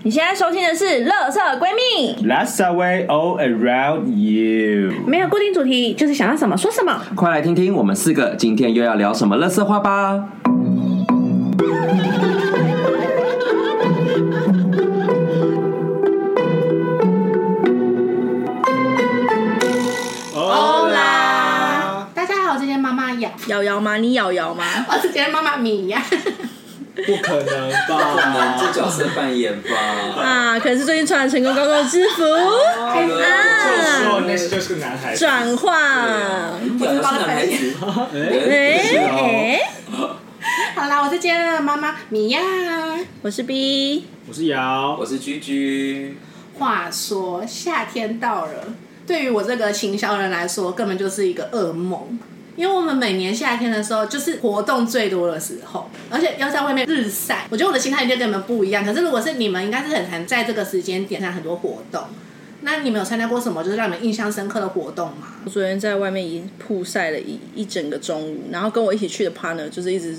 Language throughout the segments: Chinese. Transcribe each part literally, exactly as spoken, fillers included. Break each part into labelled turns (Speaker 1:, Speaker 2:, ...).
Speaker 1: 你现在收听的是《垃圾闺蜜》
Speaker 2: Let's away all around you，
Speaker 1: 没有固定主题，就是想要什么说什么。
Speaker 3: 快来听听我们四个今天又要聊什么垃圾话吧。
Speaker 1: 瑶瑶吗？你瑶瑶吗？
Speaker 4: 我是今天妈妈咪呀。
Speaker 2: 不可能吧？
Speaker 3: 不可能，这角色扮演吧？
Speaker 1: 啊，可能是最近穿了成功高中的制服
Speaker 2: 啊，就说那就是个男孩子
Speaker 1: 转化，
Speaker 3: 不是男孩子。
Speaker 1: 哎哎，
Speaker 4: 好啦，我是今天的妈妈咪呀。
Speaker 1: 我是 B，
Speaker 2: 我是瑶，
Speaker 3: 我是居居。
Speaker 4: 话说夏天到了，对于我这个行销人来说，根本就是一个噩梦。因为我们每年夏天的时候，就是活动最多的时候，而且要在外面日晒。我觉得我的心态一定跟你们不一样。可是如果是你们，应该是很常在这个时间点上很多活动。那你们有参加过什么就是让你们印象深刻的活动吗？
Speaker 1: 我昨天在外面已曝晒了一一整个中午，然后跟我一起去的 partner 就是一直，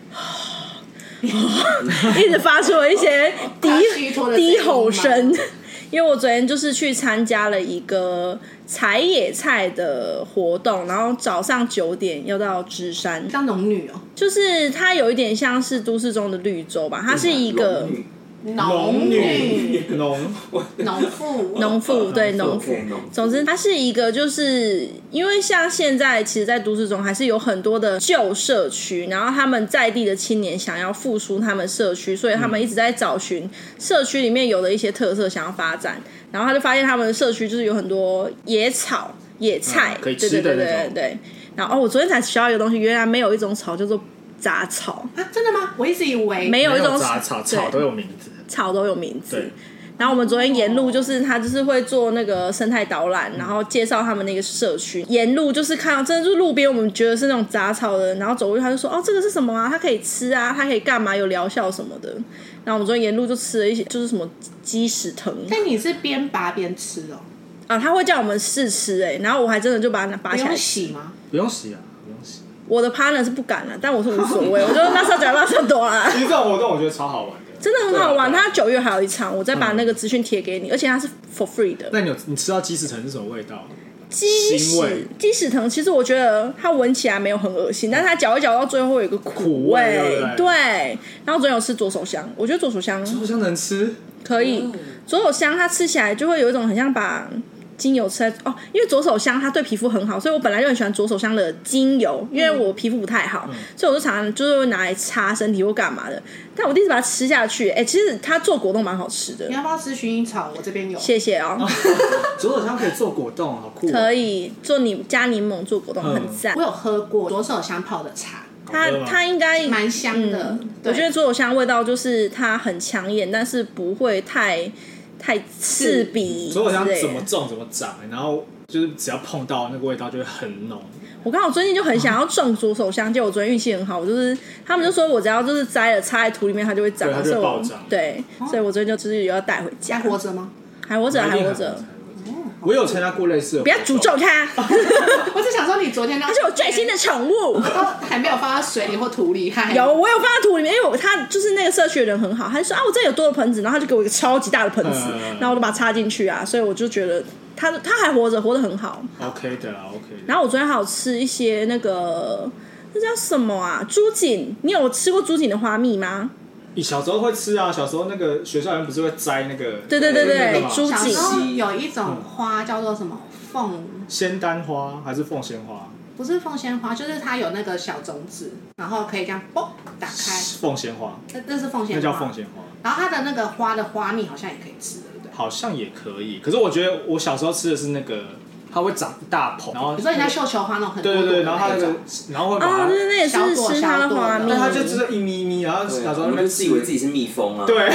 Speaker 1: 一直发出了一些低低吼声。因为我昨天就是去参加了一个采野菜的活动，然后早上九点要到芝山，
Speaker 4: 当农女哦，
Speaker 1: 就是它有一点像是都市中的绿洲吧，它是一个
Speaker 4: 农女、
Speaker 2: 农
Speaker 4: 农妇、
Speaker 1: 农妇，对农妇。总之，它是一个，就是因为像现在，其实，在都市中还是有很多的旧社区，然后他们在地的青年想要复苏他们社区，所以他们一直在找寻社区里面有的一些特色想要发展。然后他就发现他们的社区就是有很多野草、野菜，
Speaker 2: 嗯、可以吃的那种。
Speaker 1: 对对对对对。然后哦，我昨天才学到一个东西，原来没有一种草叫做杂草
Speaker 4: 啊！真的吗？我一直以为
Speaker 1: 没有一种
Speaker 2: 杂草，草都有名字，
Speaker 1: 草都有名字。然后我们昨天沿路就是他就是会做那个生态导览，然后介绍他们那个社区。沿路就是看到真的就是路边我们觉得是那种杂草的，然后走过去他就说哦这个是什么啊？它可以吃啊，它可以干嘛？有疗效什么的。然后我们昨天沿路就吃了一些就是什么鸡屎藤。
Speaker 4: 但你是边拔边吃哦？
Speaker 1: 啊，他会叫我们试吃哎、欸，然后我还真的就把它拔起来。
Speaker 4: 不用洗吗？
Speaker 2: 不用洗啊，不用洗。
Speaker 1: 我的 partner 是不敢的、啊，但我是无所谓，我就那时候讲那时候多啦。
Speaker 2: 其实这种活动我觉得超好玩的。
Speaker 1: 真的很好玩，他九月还有一场，我再把那个资讯贴给你、嗯，而且它是 for free 的。
Speaker 2: 那你有你吃到鸡屎藤是什么味道？
Speaker 1: 鸡屎鸡屎藤，其实我觉得它闻起来没有很恶心，但是它嚼一嚼到最后会有一个苦味，
Speaker 2: 对, 对,
Speaker 1: 对。然后昨天有吃左手香，我觉得左手香
Speaker 2: 左手香能吃，
Speaker 1: 可以。左手香它吃起来就会有一种很像把精油吃在哦，因为左手香它对皮肤很好，所以我本来就很喜欢左手香的精油，因为我皮肤不太好，嗯、所以我就常常就是会拿来擦身体或干嘛的。但我第一次把它吃下去，哎、欸，其实它做果冻蛮好吃的。
Speaker 4: 你要不要吃薰衣草？我这边有。
Speaker 1: 谢谢哦。
Speaker 2: 左手香可以做果冻，好酷、哦！
Speaker 1: 可以做你加柠檬做果冻，很赞、嗯。
Speaker 4: 我有喝过左手香泡的茶。
Speaker 1: 它它应该
Speaker 4: 蛮香的、嗯，
Speaker 1: 我觉得左手香味道就是它很抢眼，但是不会太太刺鼻。
Speaker 2: 左手香怎么种怎么长，然后就是只要碰到那个味道就会很浓。
Speaker 1: 我刚好最近就很想要种左手香，结果我昨天运气很好，我就是他们就说我只要就是摘了插在土里面，它就会长，
Speaker 2: 它就会暴长。
Speaker 1: 对，所以我昨天就就是要带回家。
Speaker 4: 还活着吗？
Speaker 1: 还活着，还活着。
Speaker 2: 我有参加过类似的，
Speaker 1: 不要诅咒他。
Speaker 4: 我只想说，你昨天那
Speaker 1: 它是我最新的宠物，
Speaker 4: 还没有放在水里或土里。
Speaker 1: 有，我有放在土里面，因为我他就是那个社区的人很好，他就说啊，我这里有多的盆子，然后他就给我一个超级大的盆子，嗯、然后我就把它插进去啊，所以我就觉得他他还活着，活得很好。
Speaker 2: OK 的啦 ，OK 的。
Speaker 1: 然后我昨天还有吃一些那个那叫什么啊，猪颈，你有吃过猪颈的花蜜吗？
Speaker 2: 你小时候会吃啊，小时候那个学校人不是会摘那个？
Speaker 1: 对对对对，猪颈。
Speaker 4: 小时候有一种花叫做什么凤
Speaker 2: 仙丹花还是凤仙花？
Speaker 4: 不是凤仙花，就是它有那个小种子，然后可以这样嘣打开。
Speaker 2: 凤仙花，
Speaker 4: 那那是凤仙花，
Speaker 2: 那叫凤仙花。
Speaker 4: 然后它的那个花的花蜜好像也可以吃，对不对？
Speaker 2: 好像也可以，可是我觉得我小时候吃的是那个。它会长一大盆，然后
Speaker 4: 你说你在绣球花那种很多
Speaker 2: 对对对，然后它那个，然后会把它，
Speaker 1: 啊，对对，那也是吃它的花蜜，
Speaker 2: 但它就只有一咪咪，然后小时候
Speaker 3: 我们就自以为自己是蜜蜂啊。
Speaker 2: 对。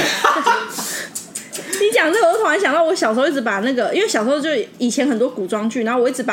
Speaker 1: 你讲这个，我突然想到，我小时候一直把那个，因为小时候就以前很多古装剧，然后我一直把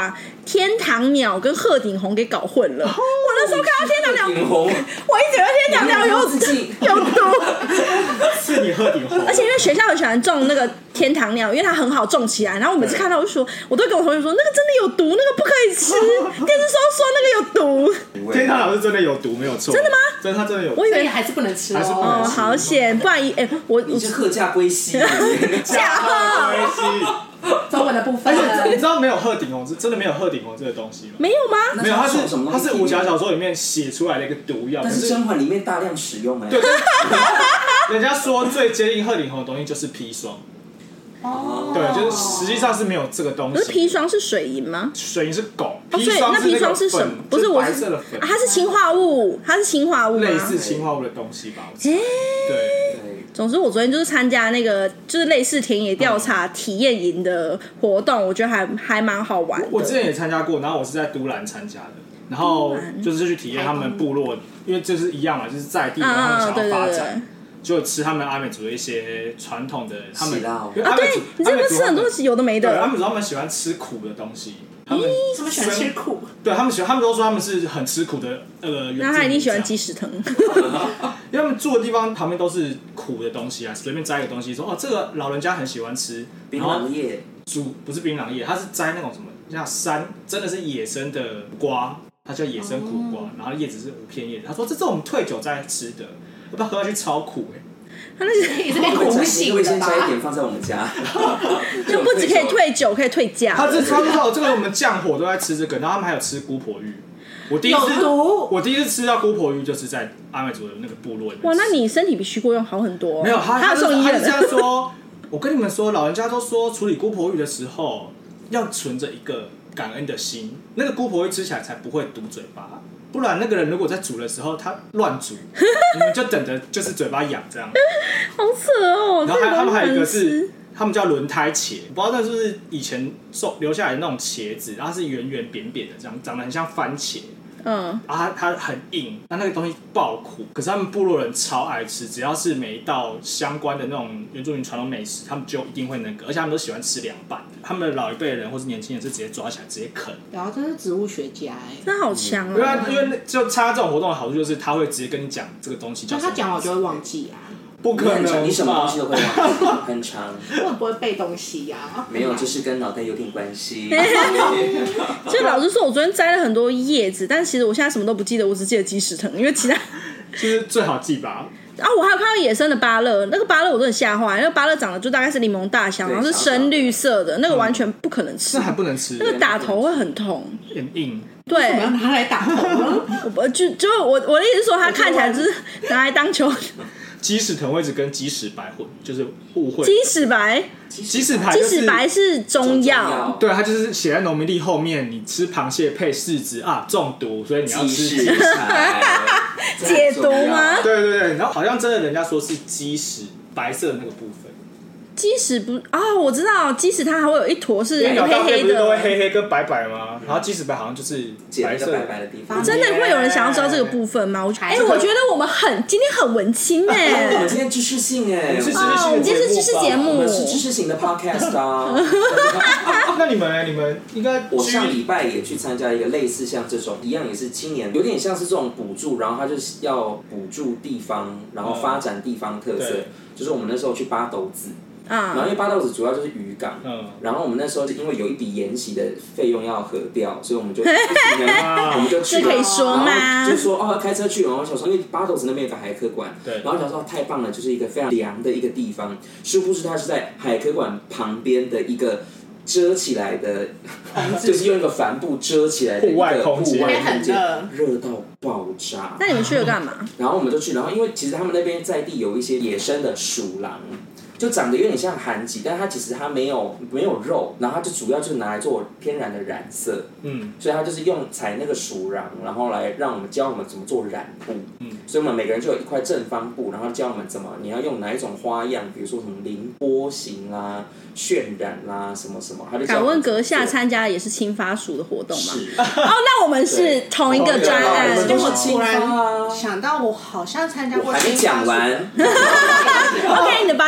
Speaker 1: 天堂鸟跟鹤顶红给搞混了。我那时候看到天堂鸟，我一直觉得天堂鸟有有毒，
Speaker 2: 是你鹤顶红。
Speaker 1: 而且因为学校很喜欢种那个天堂鸟，因为它很好种起来。然后我每次看到我就说，我都跟我同学说，那个真的有毒，那个不可以吃。电视说说那个有毒。
Speaker 2: 天堂鸟是真的有毒，没有错。
Speaker 1: 真的吗？
Speaker 2: 真的，它真的有毒。
Speaker 4: 我以为还是不能吃哦。
Speaker 1: 哦，好险！不然一哎、欸，我
Speaker 5: 你是鹤价归西，
Speaker 1: 驾鹤
Speaker 2: 归西。
Speaker 4: 中文的部分，
Speaker 2: 你知道没有鹤顶红是真的没有鹤顶红这个东西吗？
Speaker 1: 没有吗？
Speaker 2: 没有，它是它是武侠小说里面写出来的一个毒药。
Speaker 5: 但是甄嬛里面大量使用哎。
Speaker 2: 对，人家说最接近鹤顶红的东西就是砒霜。哦，对，就是实际上是没有这个东西。
Speaker 1: 可是砒霜是水银吗？
Speaker 2: 水银是汞，
Speaker 1: 砒霜是那个
Speaker 2: 是
Speaker 1: 什么？不是
Speaker 2: 白色的粉，
Speaker 1: 啊，它是氰化物，它是氰化物，
Speaker 2: 类似氰化物的东西吧？
Speaker 1: 哎，
Speaker 2: 对。
Speaker 1: 总之，我昨天就是参加那个就是类似田野调查体验营的活动，我觉得还还蛮好玩的。
Speaker 2: 我之前也参加过，然后我是在都兰参加的，然后就是去体验他们部落，因为就是一样嘛，就是在地，然后他们想要发展。就吃他们阿美族的一些传统的，他们
Speaker 1: 啊，对，你是不是吃很多有的没的？
Speaker 2: 对，他们说他们喜欢吃苦的东西，他们
Speaker 4: 他们喜欢吃苦，
Speaker 2: 对他们喜欢，他们都说他们是很吃苦的呃。
Speaker 1: 那他一定喜欢鸡屎藤，
Speaker 2: 因为他们住的地方旁边都是苦的东西啊，随便摘一个东西说哦，这个老人家很喜欢吃
Speaker 5: 槟榔叶，
Speaker 2: 煮不是槟榔叶，他是摘那种什么像山真的是野生的瓜，它叫野生苦瓜，然后叶子是无片叶子，他说这是我们退酒在吃的。要不要喝下去超苦哎、欸！
Speaker 1: 他那是
Speaker 4: 也是被苦醒
Speaker 5: 的吧？先摘一点放在我们家，
Speaker 1: 就不只可以退酒，可以退价。
Speaker 2: 他这他知道这个我们降火都在吃这个，然后他们还有吃姑婆芋。我第一次我第一次吃到姑婆芋就是在阿美族的那个部落里面。
Speaker 1: 哇，那你身体比徐国勇好很多、哦。
Speaker 2: 没有，他
Speaker 1: 他有送医院。
Speaker 2: 他是这样说，我跟你们说，老人家都说处理姑婆芋的时候要存着一个感恩的心，那个姑婆芋吃起来才不会堵嘴巴。不然那个人如果在煮的时候他乱煮，你们就等着就是嘴巴痒这样。
Speaker 1: 好扯哦！
Speaker 2: 然后还他们还有一个是，他们叫轮胎茄，不知道那是不是以前留下来的那种茄子，然后是圆圆扁扁的，这样长得很像番茄。嗯，然后它它很硬，那那个东西爆苦，可是他们部落人超爱吃，只要是每一道相关的那种原住民传统美食，他们就一定会那个，而且他们都喜欢吃凉拌的。他们的老一辈的人或是年轻人是直接抓起来直接啃。
Speaker 4: 然后这是植物学家哎、欸，
Speaker 1: 真好强哦！
Speaker 2: 对啊，因为就参加这种活动的好处就是他会直接跟你讲这个东西叫什么。
Speaker 4: 那他讲我就会忘记啊。
Speaker 2: 不可能，
Speaker 5: 你什么东西都会忘记，很长。
Speaker 4: 我很不会背东西呀、啊。
Speaker 5: 没有，这是跟脑袋有点关系。
Speaker 1: 就老实说，我昨天摘了很多叶子，但其实我现在什么都不记得，我只记得鸡屎藤，因为其他
Speaker 2: 就是最好记吧。
Speaker 1: 啊，我还有看到野生的芭乐，那个芭乐我真的吓坏，那个芭乐长得就大概是柠檬大小，然后是深绿色的，那个完全不可能吃，
Speaker 2: 那还不能吃，
Speaker 1: 那个打头会很痛，
Speaker 2: 很硬。
Speaker 1: 对，
Speaker 4: 为什么要拿来打头呢？
Speaker 1: 我就就我我的意思是说，它看起来就是拿来当球。
Speaker 2: 鸡屎藤会一直跟鸡屎白混，就是误会。
Speaker 1: 鸡屎白，
Speaker 2: 鸡屎白，
Speaker 1: 鸡屎白是中药，
Speaker 2: 对，它就是写在农民历后面，你吃螃蟹配柿子啊，中毒，所以你要吃鸡屎。
Speaker 1: 解毒吗？
Speaker 2: 对对对，然后好像真的人家说是鸡屎白色的那个部分。
Speaker 1: 鸡屎不哦，我知道鸡屎它还会有一坨是黑黑的，
Speaker 2: 都会黑黑跟白白吗？然后鸡屎白好像就是白色
Speaker 5: 白白的地方。
Speaker 1: 真的会有人想要知道这个部分吗？我哎、欸，我觉得我们很今天很文青哎、
Speaker 5: 欸，我们今天知识性哎、欸，
Speaker 2: 是知识性
Speaker 1: 哦，我们今天是知识节目，
Speaker 5: 我们是知识型的 podcast 啊。
Speaker 2: 那你们呢？你们应该
Speaker 5: 我上礼拜也去参加一个类似像这种一样，也是今年有点像是这种补助，然后他就是要补助地方，然后发展地方特色，嗯、就是我们那时候去八斗子。然后因为八斗子主要就是渔港，嗯、然后我们那时候因为有一笔研习的费用要核掉，所以我们就我们就去了，
Speaker 1: 这可以说吗？
Speaker 5: 就说哦开车去，然后想说因为八斗子那边有个海科馆，然后想说太棒了，就是一个非常凉的一个地方，殊不知它是在海科馆旁边的一个遮起来的，就是用一个帆布遮起来的一个户外空间，热到爆炸。
Speaker 1: 那你们去了干嘛？
Speaker 5: 然后我们就去，然后因为其实他们那边在地有一些野生的鼠狼。就长得有点像寒吉，但它其实它没有没有肉，然后它就主要就是拿来做天然的染色，嗯，所以它就是用采那个鼠瓤，然后来让我们教我们怎么做染布，嗯，所以我们每个人就有一块正方布，然后教我们怎么你要用哪一种花样，比如说什么凌波形啦、渲染啦，什么什么，他就
Speaker 1: 敢问阁下参加也是青发署的活动吗？哦，那我们是同一个专案，
Speaker 4: 就我突然想到，我好像参加过，
Speaker 5: 我还没讲完。
Speaker 1: OK， 你的八斗子。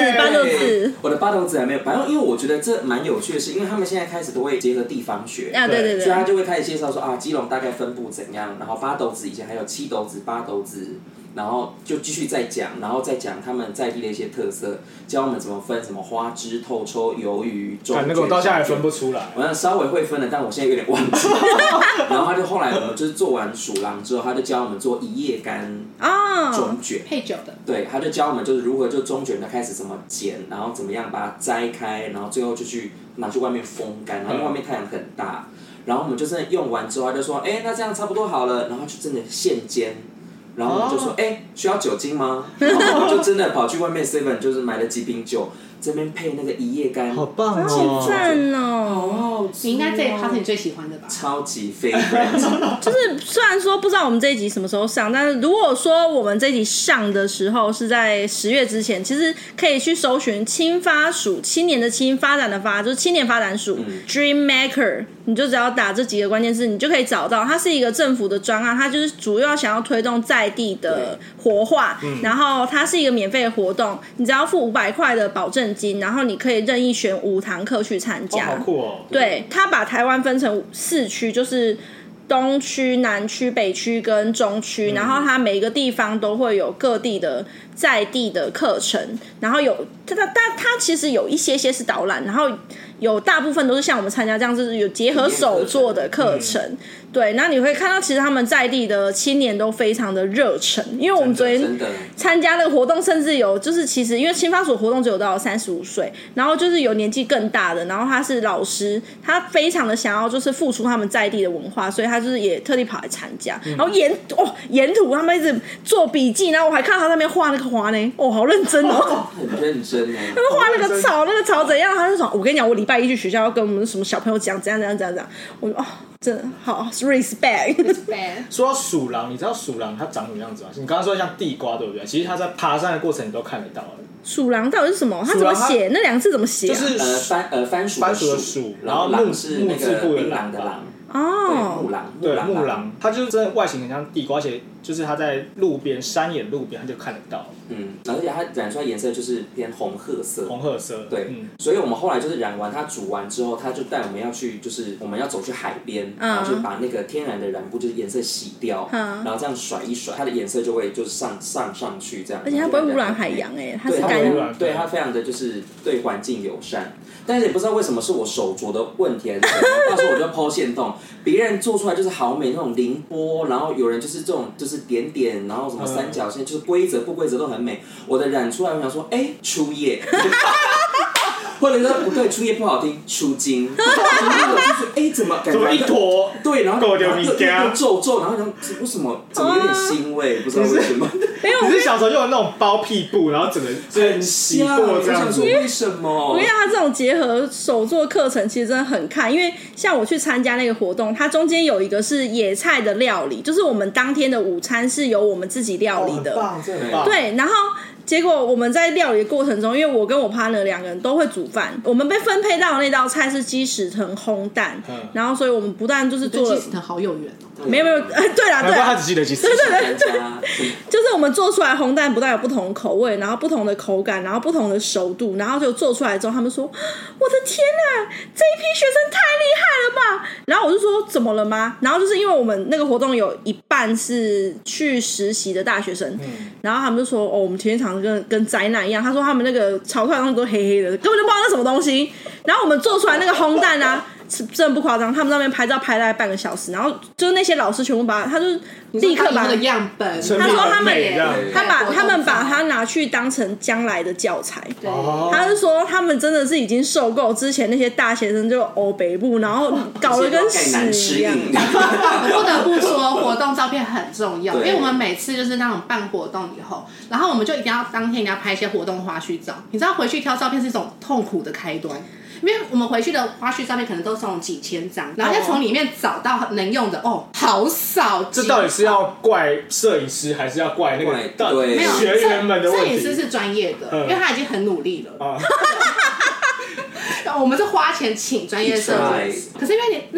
Speaker 1: 八斗子，
Speaker 5: 我的八斗子还没有。反正因为我觉得这蛮有趣的是，因为他们现在开始都会结合地方学
Speaker 1: 啊，对对对，
Speaker 5: 所以他就会开始介绍说啊，基隆大概分布怎样，然后八斗子以前还有七斗子、八斗子。然后就继续再讲，然后再讲他们在地的一些特色，教我们怎么分什么花枝、透抽、鱿鱼、中卷。
Speaker 2: 那个我到现在还分不出来。
Speaker 5: 我稍微会分了，但我现在有点忘记。然后他就后来我们就是做完鼠狼之后，他就教我们做一夜干中卷、
Speaker 4: 哦、配酒的。
Speaker 5: 对，他就教我们就是如何就中卷的开始怎么剪，然后怎么样把它摘开，然后最后就去拿去外面风干，然后因为外面太阳很大，然后我们就真的用完之后，他就说，哎，那这样差不多好了，然后就真的现煎。然后我们就说，哎、欸，需要酒精吗？然后我们就真的跑去外面 seven 就是买了几瓶酒，这边配那个一夜干，
Speaker 2: 好棒哦，
Speaker 1: 好赞
Speaker 4: 哦！你应该这一趴是你最喜欢的吧？
Speaker 5: 超级 favorite。
Speaker 1: 就是虽然说不知道我们这一集什么时候上，但是如果说我们这一集上的时候是在十月之前，其实可以去搜寻青发署，青年的青，发展的发，就是青年发展署、嗯、Dream Maker， 你就只要打这几个关键字，你就可以找到。它是一个政府的专案，它就是主要想要推动在地的活化，然后它是一个免费的活动，你只要付五百块的保证金，然后你可以任意选五堂课去参加。
Speaker 2: 哦，好酷哦！
Speaker 1: 对，它把台湾分成四区，就是东区、南区、北区跟中区，然后它每一个地方都会有各地的在地的课程，然后有它它它其实有一些些是导览，然后有大部分都是像我们参加这样子有结合手作的课程。嗯，对，那你会看到其实他们在地的青年都非常的热忱，因为我们昨天参加那个活动，甚至有就是其实因为青发所活动只有到三十五岁，然后就是有年纪更大的，然后他是老师，他非常的想要就是付出他们在地的文化，所以他就是也特地跑来参加，嗯、然后沿哦沿途他们一直做笔记，然后我还看到他在那边画那个花呢，哦好认真哦，
Speaker 5: 很认真哦，
Speaker 1: 他们画那个草那个草怎样，他就说我跟你讲，我礼拜一去学校要跟我们什么小朋友讲怎样怎样怎样怎样，我哦。真的好 respect
Speaker 4: respect。
Speaker 2: 说到鼠狼，你知道鼠狼它长什么样子吗？你刚刚说像地瓜对不对？其实它在爬山的过程你都看得到了。
Speaker 1: 鼠狼到底是什么？它怎么写？那两个字怎么写、啊？
Speaker 5: 就是呃番呃番薯
Speaker 2: 番薯的薯，然后
Speaker 5: 狼是那个槟榔的狼。
Speaker 1: 哦，
Speaker 5: 木狼，
Speaker 2: 对木狼，它就是真的外形很像地瓜，而且就是它在路边山野路边它就看得到。
Speaker 5: 嗯，而且它染出来颜色就是偏红褐色。
Speaker 2: 红褐色，
Speaker 5: 对，嗯、所以我们后来就是染完它煮完之后，它就带我们要去，就是我们要走去海边，嗯、然后就把那个天然的染布就是颜色洗掉，嗯、然后这样甩一甩，它的颜色就会就是上上上去这样。
Speaker 1: 而且它不会污染海洋哎、欸，它是干
Speaker 5: 净，对它非常的就是对环境友善。但是也不知道为什么是我手镯的问题，到时候我就 po 限动，别人做出来就是好美那种凌波，然后有人就是这种就是点点，然后什么三角线，就是规则不规则都很美。我的染出来，我想说，哎、欸，初夜，或者说不对，初夜不好听，初经，就是哎、欸，怎么感觉
Speaker 2: 怎么一坨？
Speaker 5: 对，然后
Speaker 2: 狗
Speaker 5: 又又皱皱，然后想为什么怎么有点腥味，不知道为什么。
Speaker 2: 你是小时候用的那种包屁布，然后整个很洗过这样子？
Speaker 5: 为什么？
Speaker 1: 我跟你讲，他这种结合手作课程其实真的很看，因为像我去参加那个活动，它中间有一个是野菜的料理，就是我们当天的午餐是由我们自己料理的，
Speaker 2: 哦、很棒，真的很棒。
Speaker 1: 对，然后。结果我们在料理的过程中，因为我跟我 partner 两个人都会煮饭，我们被分配到的那道菜是鸡屎藤烘蛋，嗯、然后所以我们不但就是做了
Speaker 4: 鸡屎藤好有缘哦。
Speaker 1: 没有没有，呃，对啦对啦，
Speaker 2: 他只记得鸡屎藤，
Speaker 1: 对对对对，就是我们做出来红蛋不但有不同的口味，然后不同的口感，然后不同的熟度，然后就做出来之后，他们说：“我的天哪，这一批学生太厉害了吧！”然后我就说：“怎么了吗？”然后就是因为我们那个活动有一半是去实习的大学生，嗯、然后他们就说：“哦，我们体育场跟跟灾难一样。”他说他们那个炒出来的东西都黑黑的，根本就不知道那什么东西。然后我们做出来那个烘蛋啊。真的不夸张，他们那边拍照拍大概半个小时，然后就是那些老师全部把他就立刻把
Speaker 4: 那个样本，
Speaker 1: 他说他们他把他们把它拿去当成将来的教材，
Speaker 4: 对，
Speaker 1: 他就说他们真的是已经受够之前那些大学生就欧北部，然后搞得跟屎一样。
Speaker 4: 不得不说，活动照片很重要，因为我们每次就是那种办活动以后，然后我们就一定要当天一定要拍一些活动花絮照，你知道回去挑照片是一种痛苦的开端。因为我们回去的花絮照片可能都是从几千张，然后要从里面找到能用的，哦，好少。
Speaker 2: 这到底是要怪摄影师，还是要怪那个
Speaker 4: 没有
Speaker 2: 学员们的问题？
Speaker 4: 摄影师是专业的，
Speaker 2: 嗯、
Speaker 4: 因为他已经很努力了。啊、我们是花钱请专业摄影师，可是因为你那个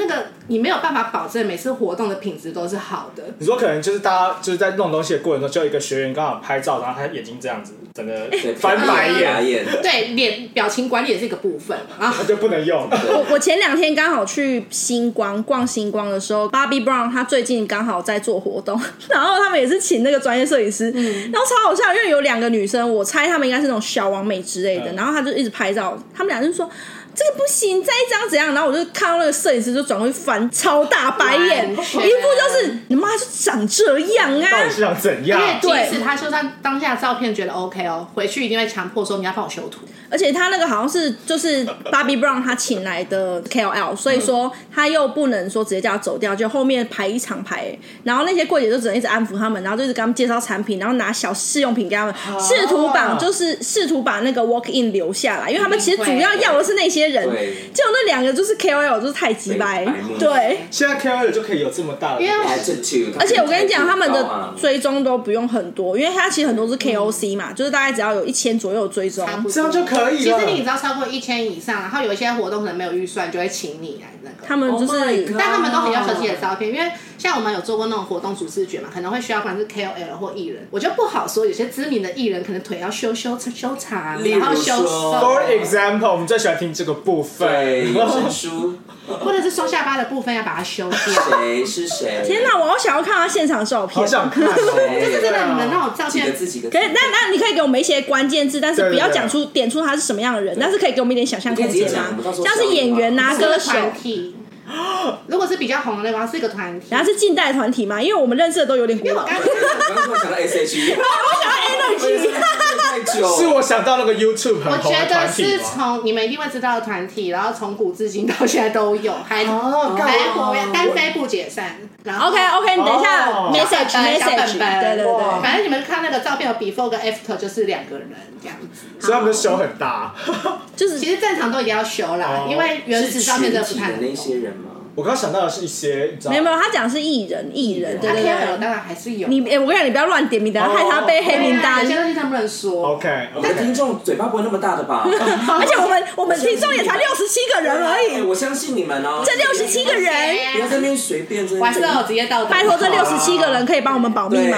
Speaker 4: 你没有办法保证每次活动的品质都是好的。
Speaker 2: 你说可能就是大家就是在弄东西的过程中，就有一个学员刚好拍照，然后他眼睛这样子，整个翻白眼，
Speaker 4: 对，脸表情管理也是一个部分啊，
Speaker 2: 那就不能用。
Speaker 1: 我我前两天刚好去星光逛星光的时候 ，Bobbi Brown 他最近刚好在做活动，然后他们也是请那个专业摄影师，嗯、然后超好笑，因为有两个女生，我猜她们应该是那种小王美之类的，嗯、然后他就一直拍照，他们俩就说。这个不行，再一张怎样？然后我就看到那个摄影师就转过去翻超大白眼，一副就是你妈就长这样啊！
Speaker 2: 到底是想怎样？
Speaker 4: 因为即使他就算当下照片觉得 OK 哦，回去一定会强迫说你要帮我修图。
Speaker 1: 而且他那个好像是就是 Bobbi Brown 他请来的 K O L， 所以说他又不能说直接叫他走掉，就后面排一场排，然后那些柜姐就只能一直安抚他们，然后就一直跟他们介绍产品，然后拿小试用品给他们，试图把就是试图把那个 walk in 留下来，因为他们其实主要要的是那些人，结果那两个就是 K O L 就是太鸡掰，对。
Speaker 2: 现在 K O L 就可以有这么大的
Speaker 5: attitude，
Speaker 1: 而且我跟你讲，他们的追踪都不用很多，因为他其实很多是 K O C 嘛，嗯、就是大概只要有一千左右的追踪，
Speaker 2: 这样就可以了。
Speaker 4: 其实你只要超过一千以上，然后有一些活动可能没有预算，就会请你来那个。
Speaker 1: 他们就是，
Speaker 4: oh、但他们都很要求自己的照片，因为像我们有做过那种活动主视觉嘛，可能会需要不管是 K O L 或艺人，我就不好说，有些知名的艺人可能腿要修修修长，然后修瘦。
Speaker 2: For example， 我们最喜欢听这个部分，
Speaker 5: 对，有声书，
Speaker 4: 或者是双下巴的部分要把它修掉。
Speaker 5: 谁是谁？
Speaker 1: 天哪，我好想要看他现场照片，
Speaker 2: 好想看哦！
Speaker 4: 就是真的，你们那种照片，
Speaker 5: 几个字几个字。
Speaker 1: 可以，那那你可以给我们一些关键字，但是不要讲出点出他是什么样的人，但是可以给我们一点想象空间吗？像是演员啊、歌手。
Speaker 4: 如果是比较红的那个，是一个团体，
Speaker 1: 然后是近代团体嘛，因为我们认识的都有点古老。
Speaker 5: 我刚刚想到 S H E，
Speaker 1: 我想到 Energy，
Speaker 2: 是我想到那个 YouTube 很红的团体。
Speaker 4: 我觉得是从你们一定会知道的团体，然后从古至今到现在都有，还
Speaker 2: 哦
Speaker 4: 还活跃，单飞不解散。
Speaker 1: OK OK， 你等一下 message message， 对对对，
Speaker 4: 反正你们看那个照片有 before 跟 after 就是两个人这样子，
Speaker 2: 所以他们修很大，
Speaker 4: 就是其实正常都一定要修啦，因为原始照片真的不太能
Speaker 5: 那些人吗？
Speaker 2: 我刚刚想到的是一些，
Speaker 1: 没有没有，他讲的是艺人，艺人，对对对，
Speaker 4: 当然还是有。
Speaker 1: 你哎，我跟你讲，你不要乱点名，等下害他被黑名单。
Speaker 4: 有些东西他不能说。
Speaker 2: OK，
Speaker 5: 我们听众嘴巴不会那么大的吧？
Speaker 1: 而且我们我们听众也才六十七个人而已。
Speaker 5: 我相信你们哦。
Speaker 1: 这六十七个人，
Speaker 5: 不要在那边随便。
Speaker 4: 完事后直接到。
Speaker 1: 拜托，这六十七个人可以帮我们保密吗？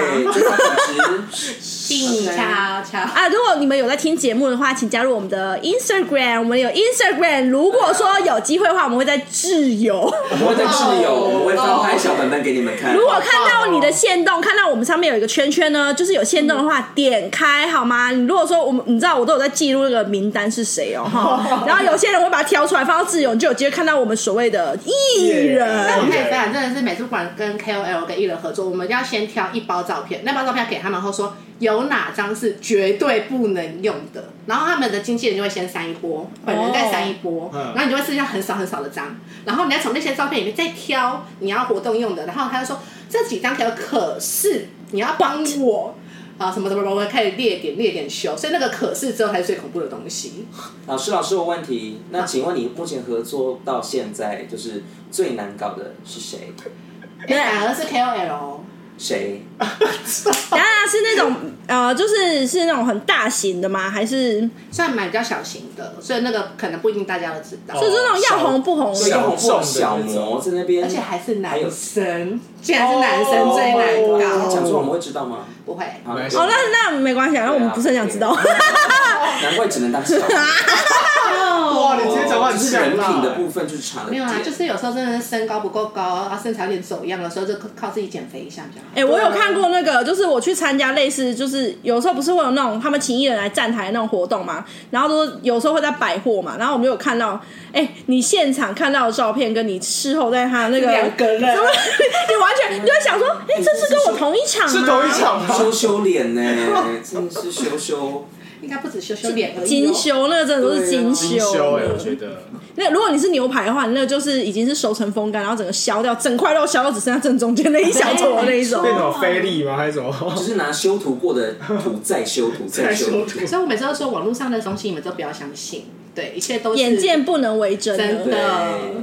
Speaker 4: 静悄悄
Speaker 1: 啊！如果你们有在听节目的话，请加入我们的 Instagram， 我们有 Instagram。如果说有机会的话，我们会在挚友，
Speaker 5: 我们会在挚友。我们会翻拍小本本给你们看。
Speaker 1: 如果看到你的限动，看到我们上面有一个圈圈呢，就是有限动的话，点开好吗？你如果说我们，你知道我都有在记录那个名单是谁哦，哈。然后有些人会把它挑出来放到挚友，你就有机会看到我们所谓的艺人。
Speaker 4: 那我可以分享，真的是每次不管跟 K O L 跟艺人合作，我们就要先挑一包照片，那包照片给他们后说有哪张是绝对不能用的，然后他们的经纪人就会先删一波，本人再删一波，然后你就会剩下很少很少的张，然后你要从那些照片里面再挑你要活动用的，然后他就说这几张条可是你要帮我啊什么什么，我开始列点列点修，所以那个可是之后才是最恐怖的东西。
Speaker 5: 老师，老师有问题，那请问你目前合作到现在，就是最难搞的是谁？
Speaker 4: 对，反而是 K O L。
Speaker 5: 谁？
Speaker 1: 当然是那种呃，就是是那种很大型的吗？还是
Speaker 4: 算蛮比较小型的，所以那个可能不一定大家都知道。
Speaker 1: 所以那种要红不红的，
Speaker 5: 要红不红小模在那边，
Speaker 4: 而且还是男生，竟然是男生最难搞。
Speaker 5: 讲出我们会知道吗？
Speaker 4: 不会。
Speaker 1: 哦，那那没关系，那我们不是很想知道。
Speaker 5: 难怪只能当小模。
Speaker 2: 哇，你今天讲话很
Speaker 5: 像人品的部分就是差了。
Speaker 4: 没有啊，就是有时候真的是身高不够高，啊身材有点走样的时候，就靠自己减肥一下比较好。
Speaker 1: 哎、欸，我有看过那个，就是我去参加类似，就是有时候不是会有那种他们请艺人来站台的那种活动嘛，然后都有时候会在百货嘛，然后我们就有看到，哎、欸，你现场看到的照片跟你事后在他那个
Speaker 4: 两个人，你
Speaker 1: 完全就会想说，哎、欸，这是跟我同一场吗？
Speaker 2: 是同一场吗？
Speaker 5: 羞羞脸呢，真的是羞羞。
Speaker 4: 应该不止修修脸而已、哦，
Speaker 1: 精修那个真的都是精修。
Speaker 2: 精修哎，我觉得。
Speaker 1: 那如果你是牛排的话，那个就是已经是熟成风干，然后整个削掉，整块肉削到只剩下正中间那一小撮那一种。
Speaker 2: 变成菲力吗？还是什么？
Speaker 5: 就是拿修图过的图再修图再修图。
Speaker 4: 所以我每次都说网络上的东西你们都不要相信，对，一切都是
Speaker 1: 眼见不能为真，
Speaker 4: 真的。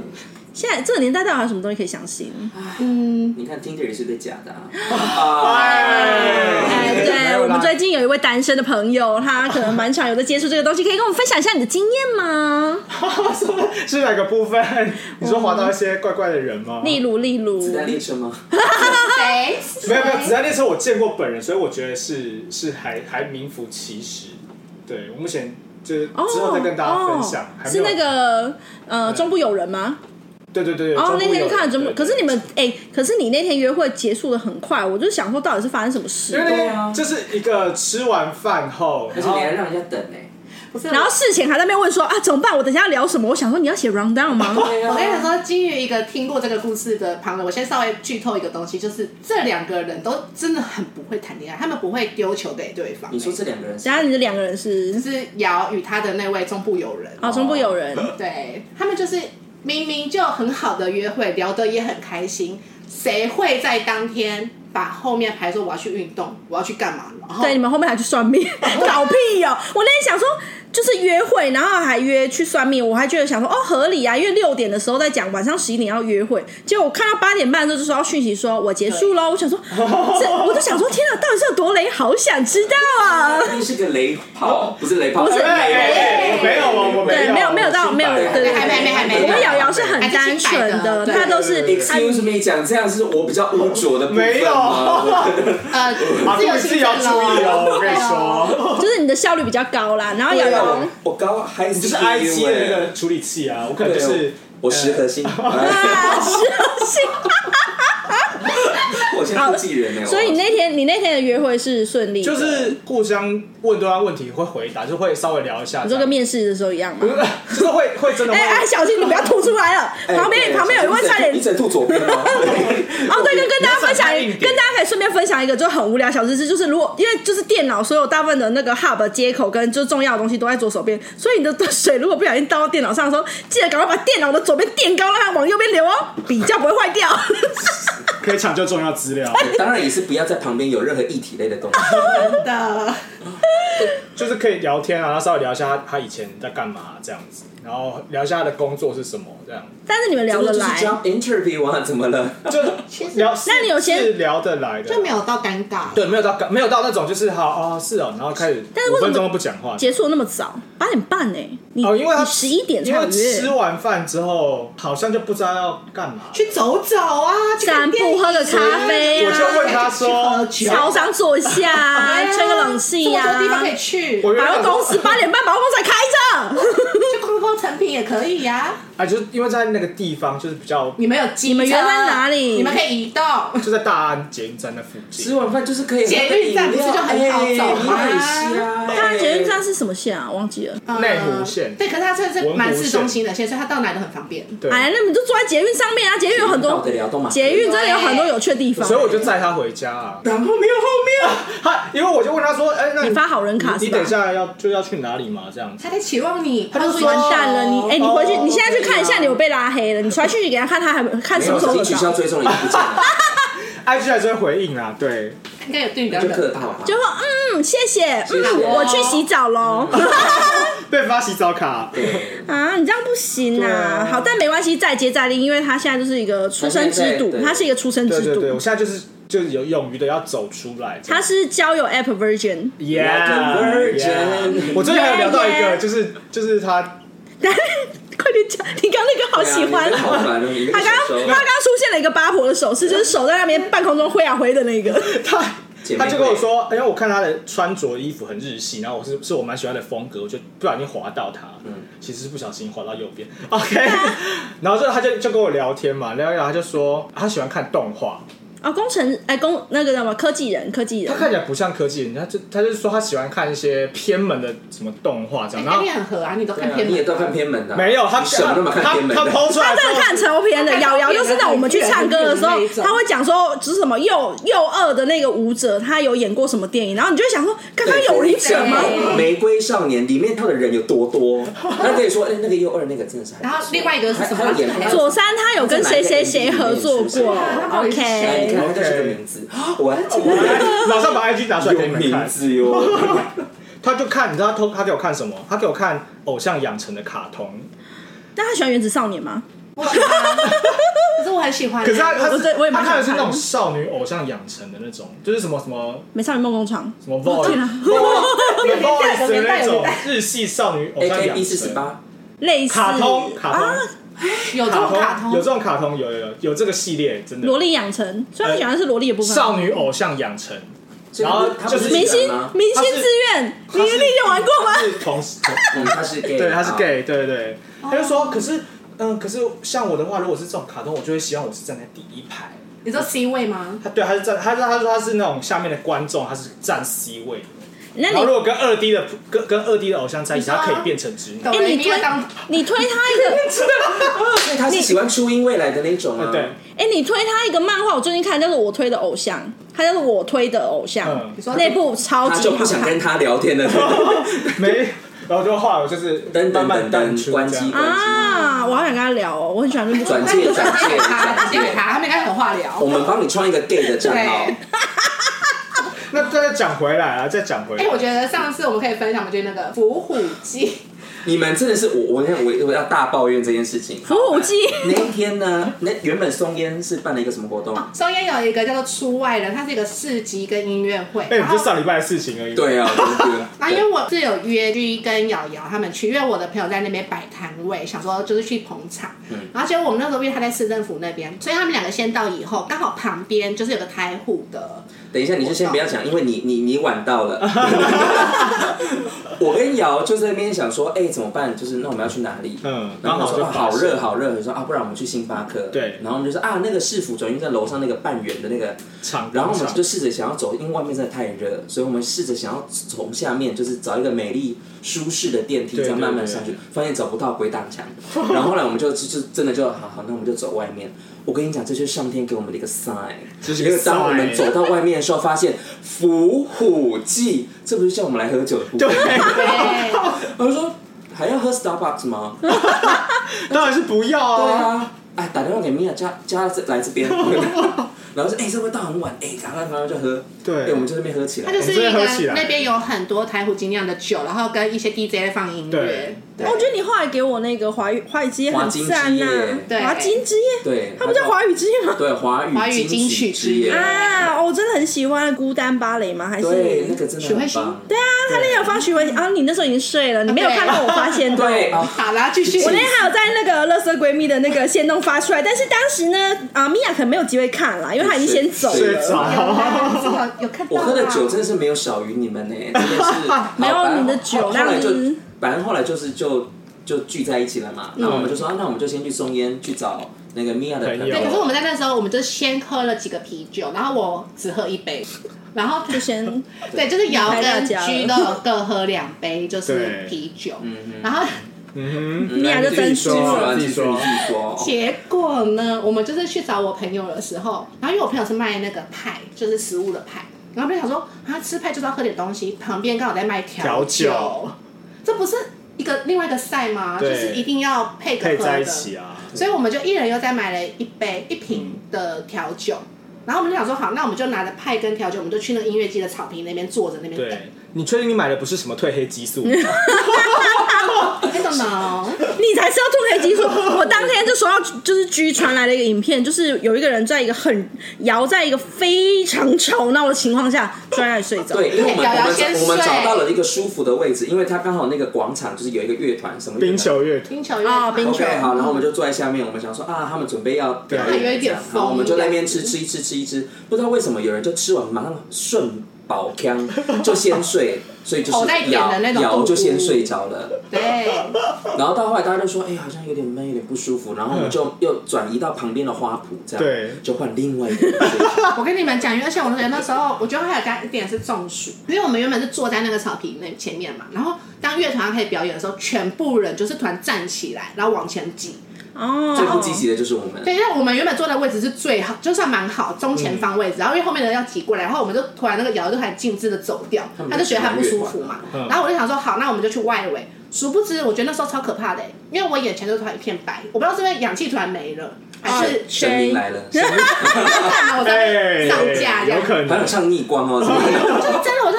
Speaker 1: 现在这个年代到底还有什么东西可以相信？
Speaker 5: 嗯，你看 Tinder 也是对假的啊。
Speaker 1: 哎，对，我们最近有一位单身的朋友，他可能蛮常有在接触这个东西，可以跟我们分享一下你的经验吗？
Speaker 2: 是哪个部分？你说滑到一些怪怪的人吗？
Speaker 1: 例如，例如
Speaker 5: 子弹列车吗？
Speaker 4: 谁？
Speaker 2: 没有没有，子弹列车我见过本人，所以我觉得是是还还名副其实。对，我目前就是之后再跟大家分享。
Speaker 1: 哦、是那个呃中部友人吗？
Speaker 2: 对对对，
Speaker 1: 哦，那天看了中部，可是你们哎、欸，可是你那天约会结束的很快，我就想说到底是发生什么事？
Speaker 2: 因为那就是一个吃完饭后，
Speaker 5: 而且你还让人家等呢、欸。
Speaker 1: 然后事前还在那边问说啊怎么办？我等一下要聊什么？我想说你要写 round down 吗？
Speaker 4: 我跟你说，基于一个听过这个故事的旁人，我先稍微剧透一个东西，就是这两个人都真的很不会谈恋爱，他们不会丢球给对方。
Speaker 5: 你说这两个人是？
Speaker 1: 然后你的两个人是？
Speaker 4: 就是瑶与他的那位中部友人。
Speaker 1: 哦，中部友人。
Speaker 4: 对，他们就是明明就很好的约会，聊得也很开心，谁会在当天把后面排说我要去运动，我要去干嘛？然后
Speaker 1: 对，你们后面还去算命，搞屁哦！我那天想说。就是约会，然后还约去算命，我还觉得想说哦合理啊，因为六点的时候在讲晚上十一点要约会，结果我看到八点半的时候就收到讯息说我结束咯，我想说，我就想说天哪，到底是有多雷，好想知道啊！
Speaker 5: 你是个雷炮，不是雷炮，
Speaker 1: 不是雷，
Speaker 2: 没有哦，我
Speaker 1: 对，没有没有到没有，对对，
Speaker 4: 还没还没还没。
Speaker 1: 我们瑶瑶是很单纯的，她都是
Speaker 5: excuse me 讲这样是我比较污浊的部分吗？
Speaker 2: 没有，
Speaker 4: 呃，自由
Speaker 2: 自己要注意哦，我跟你说，
Speaker 1: 就是你的效率比较高啦，然后瑶瑶。
Speaker 5: 我高还
Speaker 2: 你就是 I T 的那个处理器啊，我可能就是
Speaker 5: 我十核心，
Speaker 1: 十核心，
Speaker 5: 我现在科技人呢。
Speaker 1: 所以你那天你那天的约会是顺利的，
Speaker 2: 就是互相问对方问题会回答，就会稍微聊一下，
Speaker 1: 你说跟面试的时候一样吗？
Speaker 2: 就是会会真的。
Speaker 1: 哎哎，小心你不要吐出来了，旁边旁边有一位差点，
Speaker 5: 你只吐左边吗？
Speaker 1: 哦，对，跟跟大家分享，跟大家可以顺便分享一个就很无聊小知识，就是如果因为就是电脑所有大部分的那个 hub 接口跟就重要的东西都在左手边，所以你的水如果不小心倒到电脑上的时候，记得赶快把电脑的左边垫高，让它往右边流哦，比较不会坏掉。
Speaker 2: 可以抢救重要资料。
Speaker 5: 当然也是不要在旁边有任何液体类的东西。
Speaker 4: 真的。
Speaker 2: 就是可以聊天啊，然后稍微聊一下他他以前在干嘛这样子，然后聊一下他的工作是什么这样。
Speaker 1: 但是你们聊得来，
Speaker 5: 就是 job interview 啊，怎么了？
Speaker 2: 就聊，
Speaker 1: 那你有些
Speaker 2: 是聊得来的，
Speaker 4: 就没有到尴尬。
Speaker 2: 对，没有到没有到那种就是好哦是哦，然后开始五分钟都不讲话，
Speaker 1: 结束那么早，八点半哎，你
Speaker 2: 哦，因为他
Speaker 1: 十一点才约，
Speaker 2: 因为吃完饭之后好像就不知道要干嘛，
Speaker 4: 去走走啊，
Speaker 1: 散步喝个咖啡啊，
Speaker 2: 我就问他说，
Speaker 1: 超商坐下，吹个冷气呀，
Speaker 4: 什么地方可以去？
Speaker 1: 百货公司八点半百货公司才开着，
Speaker 4: 去逛逛成品也可以呀。
Speaker 2: 啊，就是因为在那个地方就是比较，
Speaker 4: 你们有
Speaker 1: 你们约在哪里？
Speaker 4: 你们可以移动，
Speaker 2: 就在大安捷运站那附近。
Speaker 5: 吃完饭就是可以
Speaker 4: 捷运站，不是就很好走吗？
Speaker 1: 大安捷运站是什么线啊？忘记了。
Speaker 2: 内湖线。
Speaker 4: 对，可是它这是蛮市中心的线，所以它到哪都很方便。
Speaker 2: 对。
Speaker 1: 哎，那你们就坐在捷运上面啊！捷运有很多，捷运真的有很多有趣的地方。
Speaker 2: 所以我就载他回家啊。
Speaker 5: 然后没有后面，
Speaker 2: 他因为我就问他说，哎，那
Speaker 1: 你发好人卡是吧？
Speaker 2: 你等一下要就要去哪里嘛？这样子。
Speaker 4: 他在期望你，
Speaker 1: 他就说完蛋了，你哎，你回去，你现在去看一下，你有被拉黑了，你传讯息给他看，他还看什么时候
Speaker 5: 取消追踪，也不讲。
Speaker 2: I G 还是会回应啦，对。
Speaker 4: 应该有对你比较
Speaker 5: 客套，
Speaker 1: 就说嗯谢谢，嗯我去洗澡喽。
Speaker 2: 被发洗澡卡
Speaker 1: 啊，你这样不行啊！好，但没关系，再接再厉，因为他现在就是一个出生之犊，他是一个出生之犊。
Speaker 2: 对对对，我现在就是就是有勇于的要走出来。
Speaker 1: 他是交友 App Virgin，
Speaker 2: Yeah， 我最近还有聊到一个，就是就是他。
Speaker 1: 快点讲，你刚那个好喜欢，
Speaker 5: 他刚刚
Speaker 1: 他刚出现了一个八婆的手势，就是手在那边半空中挥啊挥的那个。
Speaker 2: 他他就跟我说，因为我看他的穿着衣服很日系，然后我是是我蛮喜欢的风格，我就不小心滑到他，嗯，其实是不小心滑到右边 ，OK， 然后就他就就跟我聊天嘛，聊一聊他就说他喜欢看动画。
Speaker 1: 啊、哦，工程哎，工那个叫什么科技人，科技人，
Speaker 2: 他看起来不像科技人，他就他就是说他喜欢看一些偏门的什么动画这样。然后
Speaker 4: 你很合啊，你都看偏门，
Speaker 5: 你也都看偏门的。
Speaker 2: 没有，他
Speaker 5: 什么都没看偏门的。
Speaker 2: 他抛出来，
Speaker 1: 他真的看超偏的。瑶瑶就是在我们去唱歌的时候，他会讲说，就是什么右右二的那个舞者，他有演过什么电影，然后你就会想说，刚刚有舞者吗？
Speaker 5: 玫瑰少年里面跳的人有多多？他可以说，哎，那个右二那个真的是。
Speaker 4: 然后另外一个是什么？
Speaker 1: 左三他有跟谁谁谁合作过 ？OK，
Speaker 5: 你看他叫这个名字。我
Speaker 2: 马上把 I G 拿出来给你们看。
Speaker 5: 名字哟，
Speaker 2: 他就看，你知道他他给我看什么？他给我看偶像养成的卡通。
Speaker 1: 但他喜欢原子少年吗？
Speaker 4: 我喜欢，可是我很喜欢。
Speaker 2: 可是他他是
Speaker 1: 我也蛮
Speaker 2: 他看的是那种少女偶像养成的那种，就是什么什么
Speaker 1: 美少女梦工厂，
Speaker 2: 什么 Voice Voice 的那种日系少女偶像养成
Speaker 5: A K B 四十八，
Speaker 1: 类似
Speaker 2: 卡通卡通。
Speaker 4: 有这种卡通，
Speaker 2: 有这种卡通，有有有有这个系列，真的。
Speaker 1: 萝莉养成，虽然喜欢的是萝莉的部分。
Speaker 2: 少女偶像养成，然后就是
Speaker 1: 明星明星志愿，你你有玩过吗？
Speaker 2: 他是同时，
Speaker 5: 嗯，他是 gay，
Speaker 2: 对，他是 gay， 对对对。他就说，可是嗯，可是像我的话，如果是这种卡通，我就会希望我是站在第一排。
Speaker 4: 你说 C 位吗？
Speaker 2: 他对，他是站，他他说他是那种下面的观众，他是站 C 位的。
Speaker 1: 那
Speaker 2: 然后如果跟二 D 的跟跟二 D 的偶像在一起，他可以变成直男。
Speaker 1: 哎，你推你推他一个，
Speaker 5: 所以他是喜欢初音未来的那种啊。
Speaker 2: 对。
Speaker 1: 哎，你推他一个漫画，我最近看叫做《我推的偶像》，他叫做《我推的偶像》，那部超级好看。
Speaker 5: 他就不想跟他聊天了，
Speaker 2: 没。然后就后来我就是慢慢淡出
Speaker 5: 关机
Speaker 1: 啊！我好想跟他聊哦，我很喜欢那部。
Speaker 5: 转介转介转介
Speaker 4: 他，他们应该有话聊。
Speaker 5: 我们帮你创一个 gay 的账号。
Speaker 2: 那再讲回来啊，再讲回来。
Speaker 4: 哎、欸，我觉得上次我们可以分享，我们就那个伏虎记。你
Speaker 5: 们真的是我，我我我要大抱怨这件事情。
Speaker 1: 伏虎记
Speaker 5: 那一天呢，那原本松烟是办了一个什么活动？
Speaker 4: 松烟有一个叫做出外人，它是一个市集跟音乐会。
Speaker 2: 哎、欸，不是上礼拜的事情而已。
Speaker 5: 对啊，对对。
Speaker 4: 啊，因为我是有约 G 跟瑶瑶他们去，因为我的朋友在那边摆摊位，想说就是去捧场。嗯。然后结果我们那时候因为他在市政府那边，所以他们两个先到以后，刚好旁边就是有个台虎的。
Speaker 5: 等一下，你就先不要讲，因为你你你晚到了。我跟瑶就在那边想说，哎、欸，怎么办？就是那我们要去哪里？嗯，然后我说、啊、好热好热，我说啊，不然我们去星巴克。
Speaker 2: 对，
Speaker 5: 然后我们就说啊，那个市府转运站楼上那个半圆的那个
Speaker 2: 场，
Speaker 5: 然后我们就试着想要走，因为外面真的太热，所以我们试着想要从下面就是找一个美丽舒适的电梯，这样慢慢上去，发现找不到鬼挡墙。然后后来我们就就真的就好好，那我们就走外面。我跟你讲，这就是上天给我们的一个 sign。因为当我们走到外面的时候，发现伏虎记，这不是叫我们来喝酒的部分。对。我就说还要喝 Starbucks 吗？
Speaker 2: 当然是不要啊。
Speaker 5: 对啊，哎，打电话给米娅，叫叫他来这边。然后说，哎、欸，这会到很晚，哎、欸，赶快赶快就喝。对，哎、欸，我们就那边喝起来。
Speaker 4: 它就是一个那边有很多台虎精酿的酒，然后跟一些 D J 放音乐。
Speaker 1: 对，我觉得你后来给我那个华语华语之夜很赞呐，华金之夜，
Speaker 5: 对，
Speaker 1: 它不叫华语之夜吗？
Speaker 5: 对，华语
Speaker 4: 华语金曲之夜
Speaker 1: 啊，我真的很喜欢孤单芭蕾吗？还是
Speaker 5: 对那个真的
Speaker 4: 许慧欣？
Speaker 1: 对啊，他那个有放许慧欣啊，你那时候已经睡了，你没有看到我发现的。
Speaker 5: 对，
Speaker 4: 好啦，继续。
Speaker 1: 我那天还有在那个垃圾闺蜜的那个限动发出来，但是当时呢，啊，米娅可能没有机会看啦，因为她已经先走了。
Speaker 4: 有看到。
Speaker 5: 我喝的酒真的是没有少于你们呢，真的是
Speaker 1: 没有你的酒，
Speaker 5: 后来就反正后来就是就就聚在一起了嘛，然后我们就说、啊、那我们就先去松烟去找那个米娅的朋友。
Speaker 4: 对，可是我们在那时候，我们就先喝了几个啤酒，然后我只喝一杯，然后
Speaker 1: 就先
Speaker 4: 对，就是瑶跟 G 都有各喝两杯，就是啤酒，然后。
Speaker 2: 嗯哼，
Speaker 1: 米娅就真说
Speaker 5: 了，自己说，自己说。
Speaker 4: 结果呢，我们就是去找我朋友的时候，然后因为我朋友是卖那个派，就是食物的派，然后我就想说，啊，吃派就是要喝点东西，旁边刚好在卖调酒，这不是一个另外一个赛吗？就是一定要配个喝的，
Speaker 2: 配在一起啊。
Speaker 4: 所以我们就一人又再买了一杯一瓶的调酒。然后我们就想说，好，那我们就拿着派跟调酒，我们就去那个音乐季的草坪那边坐着那边等。
Speaker 2: 对，你确定你买的不是什么褪黑激素？
Speaker 4: I don't know，
Speaker 1: 你才是要褪黑激素。我当天就收到，就是 G 传来了一个影片，就是有一个人在一个很摇，在一个非常吵闹的情况下，就在那里睡着。
Speaker 5: 对，因为我们我们我们找到了一个舒服的位置，因为他刚好那个广场就是有一个乐团，什么
Speaker 2: 冰球乐团，
Speaker 4: 冰球乐团。
Speaker 1: 冰球
Speaker 5: OK， 好，然后我们就坐在下面，我们想说啊，他们准备要表演，
Speaker 4: 有一点风，
Speaker 5: 然后我们就在那边吃吃一吃吃一吃，不知道为什么有人就吃完马上顺饱腔就先睡，所以就是摇摇就先睡着了。
Speaker 4: 对。
Speaker 5: 然后到后来大家就说，哎、欸，好像有点闷，有点不舒服，然后我们就又转移到旁边的花圃，这样，对，就换另外一个人睡觉。
Speaker 4: 我跟你们讲，而且我那时候，我觉得还有一点是中暑，因为我们原本是坐在那个草坪那前面嘛，然后当乐团开始表演的时候，全部人就是突然站起来，然后往前挤。
Speaker 1: 哦，
Speaker 5: 最不积极的就是我们。
Speaker 4: 对，因为我们原本坐的位置是最好，就算蛮好，中前方位置。嗯、然后因为后面的人要挤过来，然后我们就突然那个瑶就很径自的走掉，他就觉得他不舒服嘛。嗯、然后我就想说，好，那我们就去外围。殊不知，我觉得那时候超可怕的、欸，因为我眼前就突然一片白，我不知道是因为氧气突然没了，还是
Speaker 5: 神明来了，
Speaker 4: 我在上架这样，
Speaker 2: 有可能，
Speaker 5: 还有像逆光哦，什么的。
Speaker 4: 就真的，我就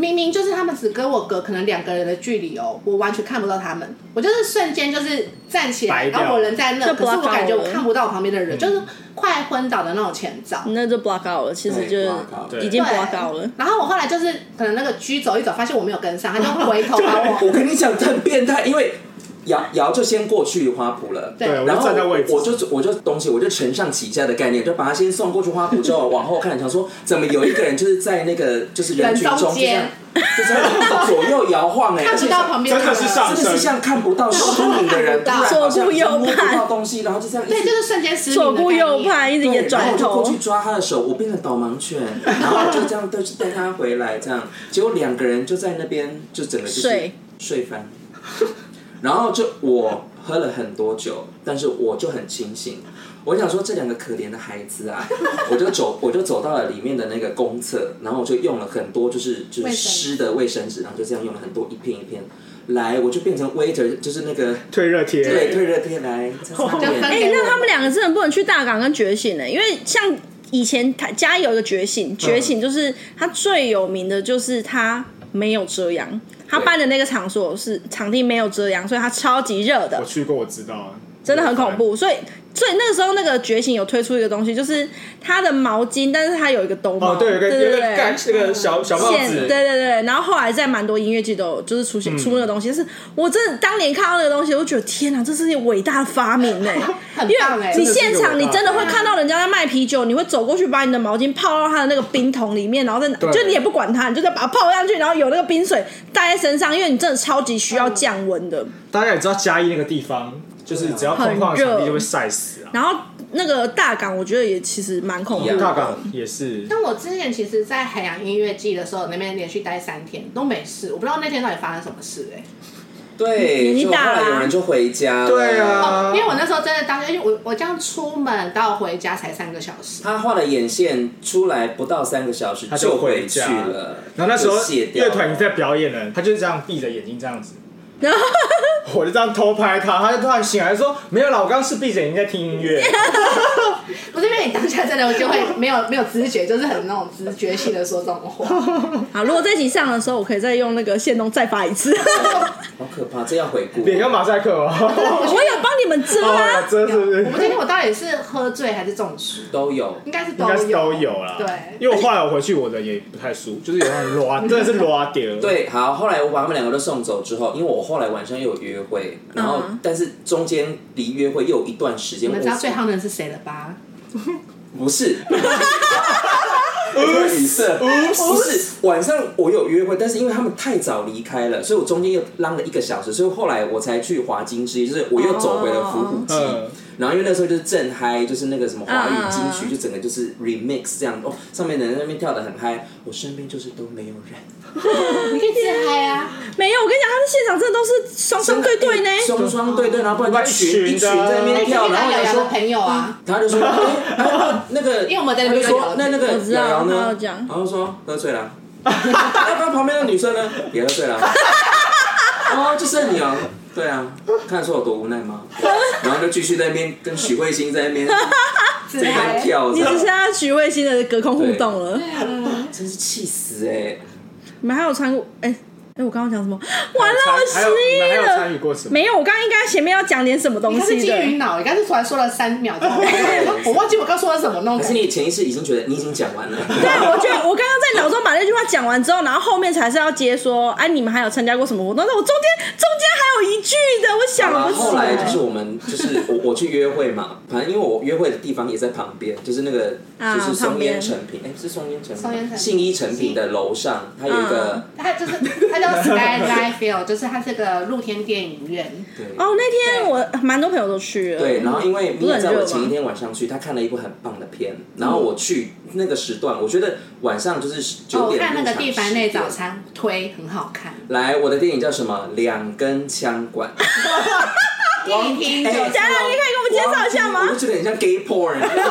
Speaker 4: 明明就是他们只跟我隔可能两个人的距离哦，我完全看不到他们，我就是瞬间就是站起来，然后我人在那，可是我感觉我看不到我旁边的人，嗯、就是快昏倒的那种前兆。
Speaker 1: 那就 block out 了，其实就已经 block out 了。
Speaker 4: 然后我后来就是可能那个G走一走，发现我没有跟上，他就回头把我。
Speaker 5: 我跟你讲，很变态，因为。瑶瑶就先过去花圃了，
Speaker 2: 对，
Speaker 5: 然后
Speaker 2: 我
Speaker 5: 就我就东西我就承上启下的概念，就把他先送过去花圃之后，往后看，想说怎么有一个人就是在那个就是人群中，就这样就是左右摇晃哎，
Speaker 4: 看不到旁边，
Speaker 2: 真的是上升，
Speaker 5: 真的是像看不到失明的人，
Speaker 1: 左顾右
Speaker 5: 摸不到东西，然后就这样，
Speaker 4: 对，就是瞬间失明，
Speaker 1: 左顾右盼，一直也转头，
Speaker 5: 然后我就过去抓他的手，我变成导盲犬，然后就这样带带他回来，这样，结果两个人就在那边就整个就是
Speaker 1: 睡
Speaker 5: 睡翻，然后就我。喝了很多酒，但是我就很清醒。我想说这两个可怜的孩子啊，我就走，我就走到了里面的那个公厕，然后我就用了很多就是就是湿的卫生纸，然后就这样用了很多一片一片。来，我就变成 waiter， 就是那个
Speaker 2: 退热贴，
Speaker 5: 对，退热贴来。
Speaker 1: 哎、欸，那他们两个真的不能去大港跟觉醒呢、欸，因为像以前嘉义有一个觉醒，觉醒就是他最有名的就是他没有遮阳。他办的那个场所是场地没有遮阳，所以它超级热的。
Speaker 2: 我去过，我知道啊，
Speaker 1: 真的很恐怖。所以，所以那个时候那个觉醒有推出一个东西，就是它的毛巾，但是它有一个兜帽，
Speaker 2: 哦，对，有个
Speaker 1: 对对对，
Speaker 2: 盖那个小小帽子，
Speaker 1: 对对对。然后后来在蛮多音乐季都有就是出现、嗯、出那个东西，但是我真的当年看到那个东西，我就觉得天哪，这是一个伟大的发明哎、欸，
Speaker 4: 很棒哎、欸！
Speaker 1: 你现场你真的会看到人家在卖啤酒，你会走过去把你的毛巾泡到他的那个冰桶里面，然后再就你也不管它，你就再把它泡上去，然后有那个冰水带在身上，因为你真的超级需要降温的。
Speaker 2: 大家也知道嘉义那个地方。就是只要空旷的场地就会晒死啊。
Speaker 1: 然后那个大港，我觉得也其实蛮恐怖的。
Speaker 2: 大港也是。
Speaker 4: 但我之前其实，在海洋音乐季的时候，那边连续待三天都没事，我不知道那天到底发生什么事哎、欸。
Speaker 5: 对，就后来有人就回家了。
Speaker 2: 对啊、
Speaker 4: 哦，因为我那时候真的当，因为我我这样出门到回家才三个小时。
Speaker 5: 他画了眼线出来不到三个小时
Speaker 2: 他就
Speaker 5: 回去了。
Speaker 2: 然后那时候乐团已经在表演了，他就是这样闭着眼睛这样子。我就这样偷拍他，他就突然醒来说：“没有啦，我刚刚是闭着眼睛在听音乐。”
Speaker 4: 不是因为你当下真的就会没有没有知觉，就是很那种直觉性的说这种话。
Speaker 1: 好，如果这集上的时候，我可以再用那个线动再发一次。
Speaker 5: 好可怕，这要回顾。
Speaker 2: 脸跟马赛克哦。
Speaker 1: 我有帮你们遮啊，
Speaker 2: 遮是不是？
Speaker 4: 我们今天我到底是喝醉还是中暑？
Speaker 5: 都有，
Speaker 4: 应该是都有，
Speaker 2: 应该是都有啦。
Speaker 4: 对，
Speaker 2: 因为我后来我回去，我的也不太舒服，就是有那种拉，真的是拉掉。
Speaker 5: 对，好，后来我把他们两个都送走之后，因为我后来晚上又有约会，然后、嗯、但是中间离约会又有一段时间。
Speaker 4: 你们知道最夯的人是谁了吧？
Speaker 5: 不是。语塞，不是晚上我有约会，但是因为他们太早离开了，所以我中间又浪了一个小时，所以后来我才去华金之夜，就是我又走回了伏虎记。哦、然后因为那时候就是正嗨，就是那个什么华语金曲，就整个就是 remix 这样哦，上面的人在那边跳得很嗨，我身边就是都没有人。
Speaker 4: 你可以自嗨啊！
Speaker 1: 没有，我跟你讲，他们现场真的都是双双对对呢，
Speaker 5: 双双对对，然后不然就一群一群在那边跳，然后
Speaker 4: 有说朋友啊，
Speaker 5: 他就说，哎，那个，
Speaker 4: 因为我们在那边
Speaker 5: 说，那那个瑶瑶呢？
Speaker 1: 然
Speaker 5: 后说喝醉了，那刚旁边的女生呢也喝醉了，哦，就剩你哦，对啊，看出我多无奈吗？然后就继续在那边跟许慧欣在那边在那边跳，
Speaker 1: 你只剩下许慧欣的隔空互动了，
Speaker 5: 真是气死哎、欸！
Speaker 1: 你们还有穿过哎？哎、欸，我刚刚讲什么？完了，我失忆了。
Speaker 2: 还有参与过什么？
Speaker 1: 没有，我刚刚应该前面要讲点什么东西的。
Speaker 4: 你是金鱼脑，你刚才突然说了三秒钟，我忘记我刚说了什么弄。
Speaker 5: 可是你潜意识已经觉得你已经讲完了。
Speaker 1: 对，我觉得我刚刚在脑中把那句话讲完之后，然后后面才是要接说，哎、啊，你们还有参加过什么活动？但是我中间中间还有一句的，我想不起来。
Speaker 5: 后来就是我们就是我我去约会嘛，反正因为我约会的地方也在旁边，就是那个就是松烟成品，哎、啊，是松烟成品，信义成品的楼上，它有一个，
Speaker 4: 它就是它叫 Skyline Field， 就是它是个露天电影院。
Speaker 5: 对。
Speaker 1: 哦，那天我蛮多朋友都去了。
Speaker 5: 对，然后因为你也在我前一天晚上去，他看了一部很棒的片，然后我去那个时段，我觉得晚上就是九点入场。我
Speaker 4: 看那个地凡内早餐推很好看。
Speaker 5: 来，我的电影叫什么？两根枪管。
Speaker 4: 电影厅，
Speaker 1: 佳良，你可以给我们介绍一下吗？
Speaker 5: 我就觉得很像 gay porn。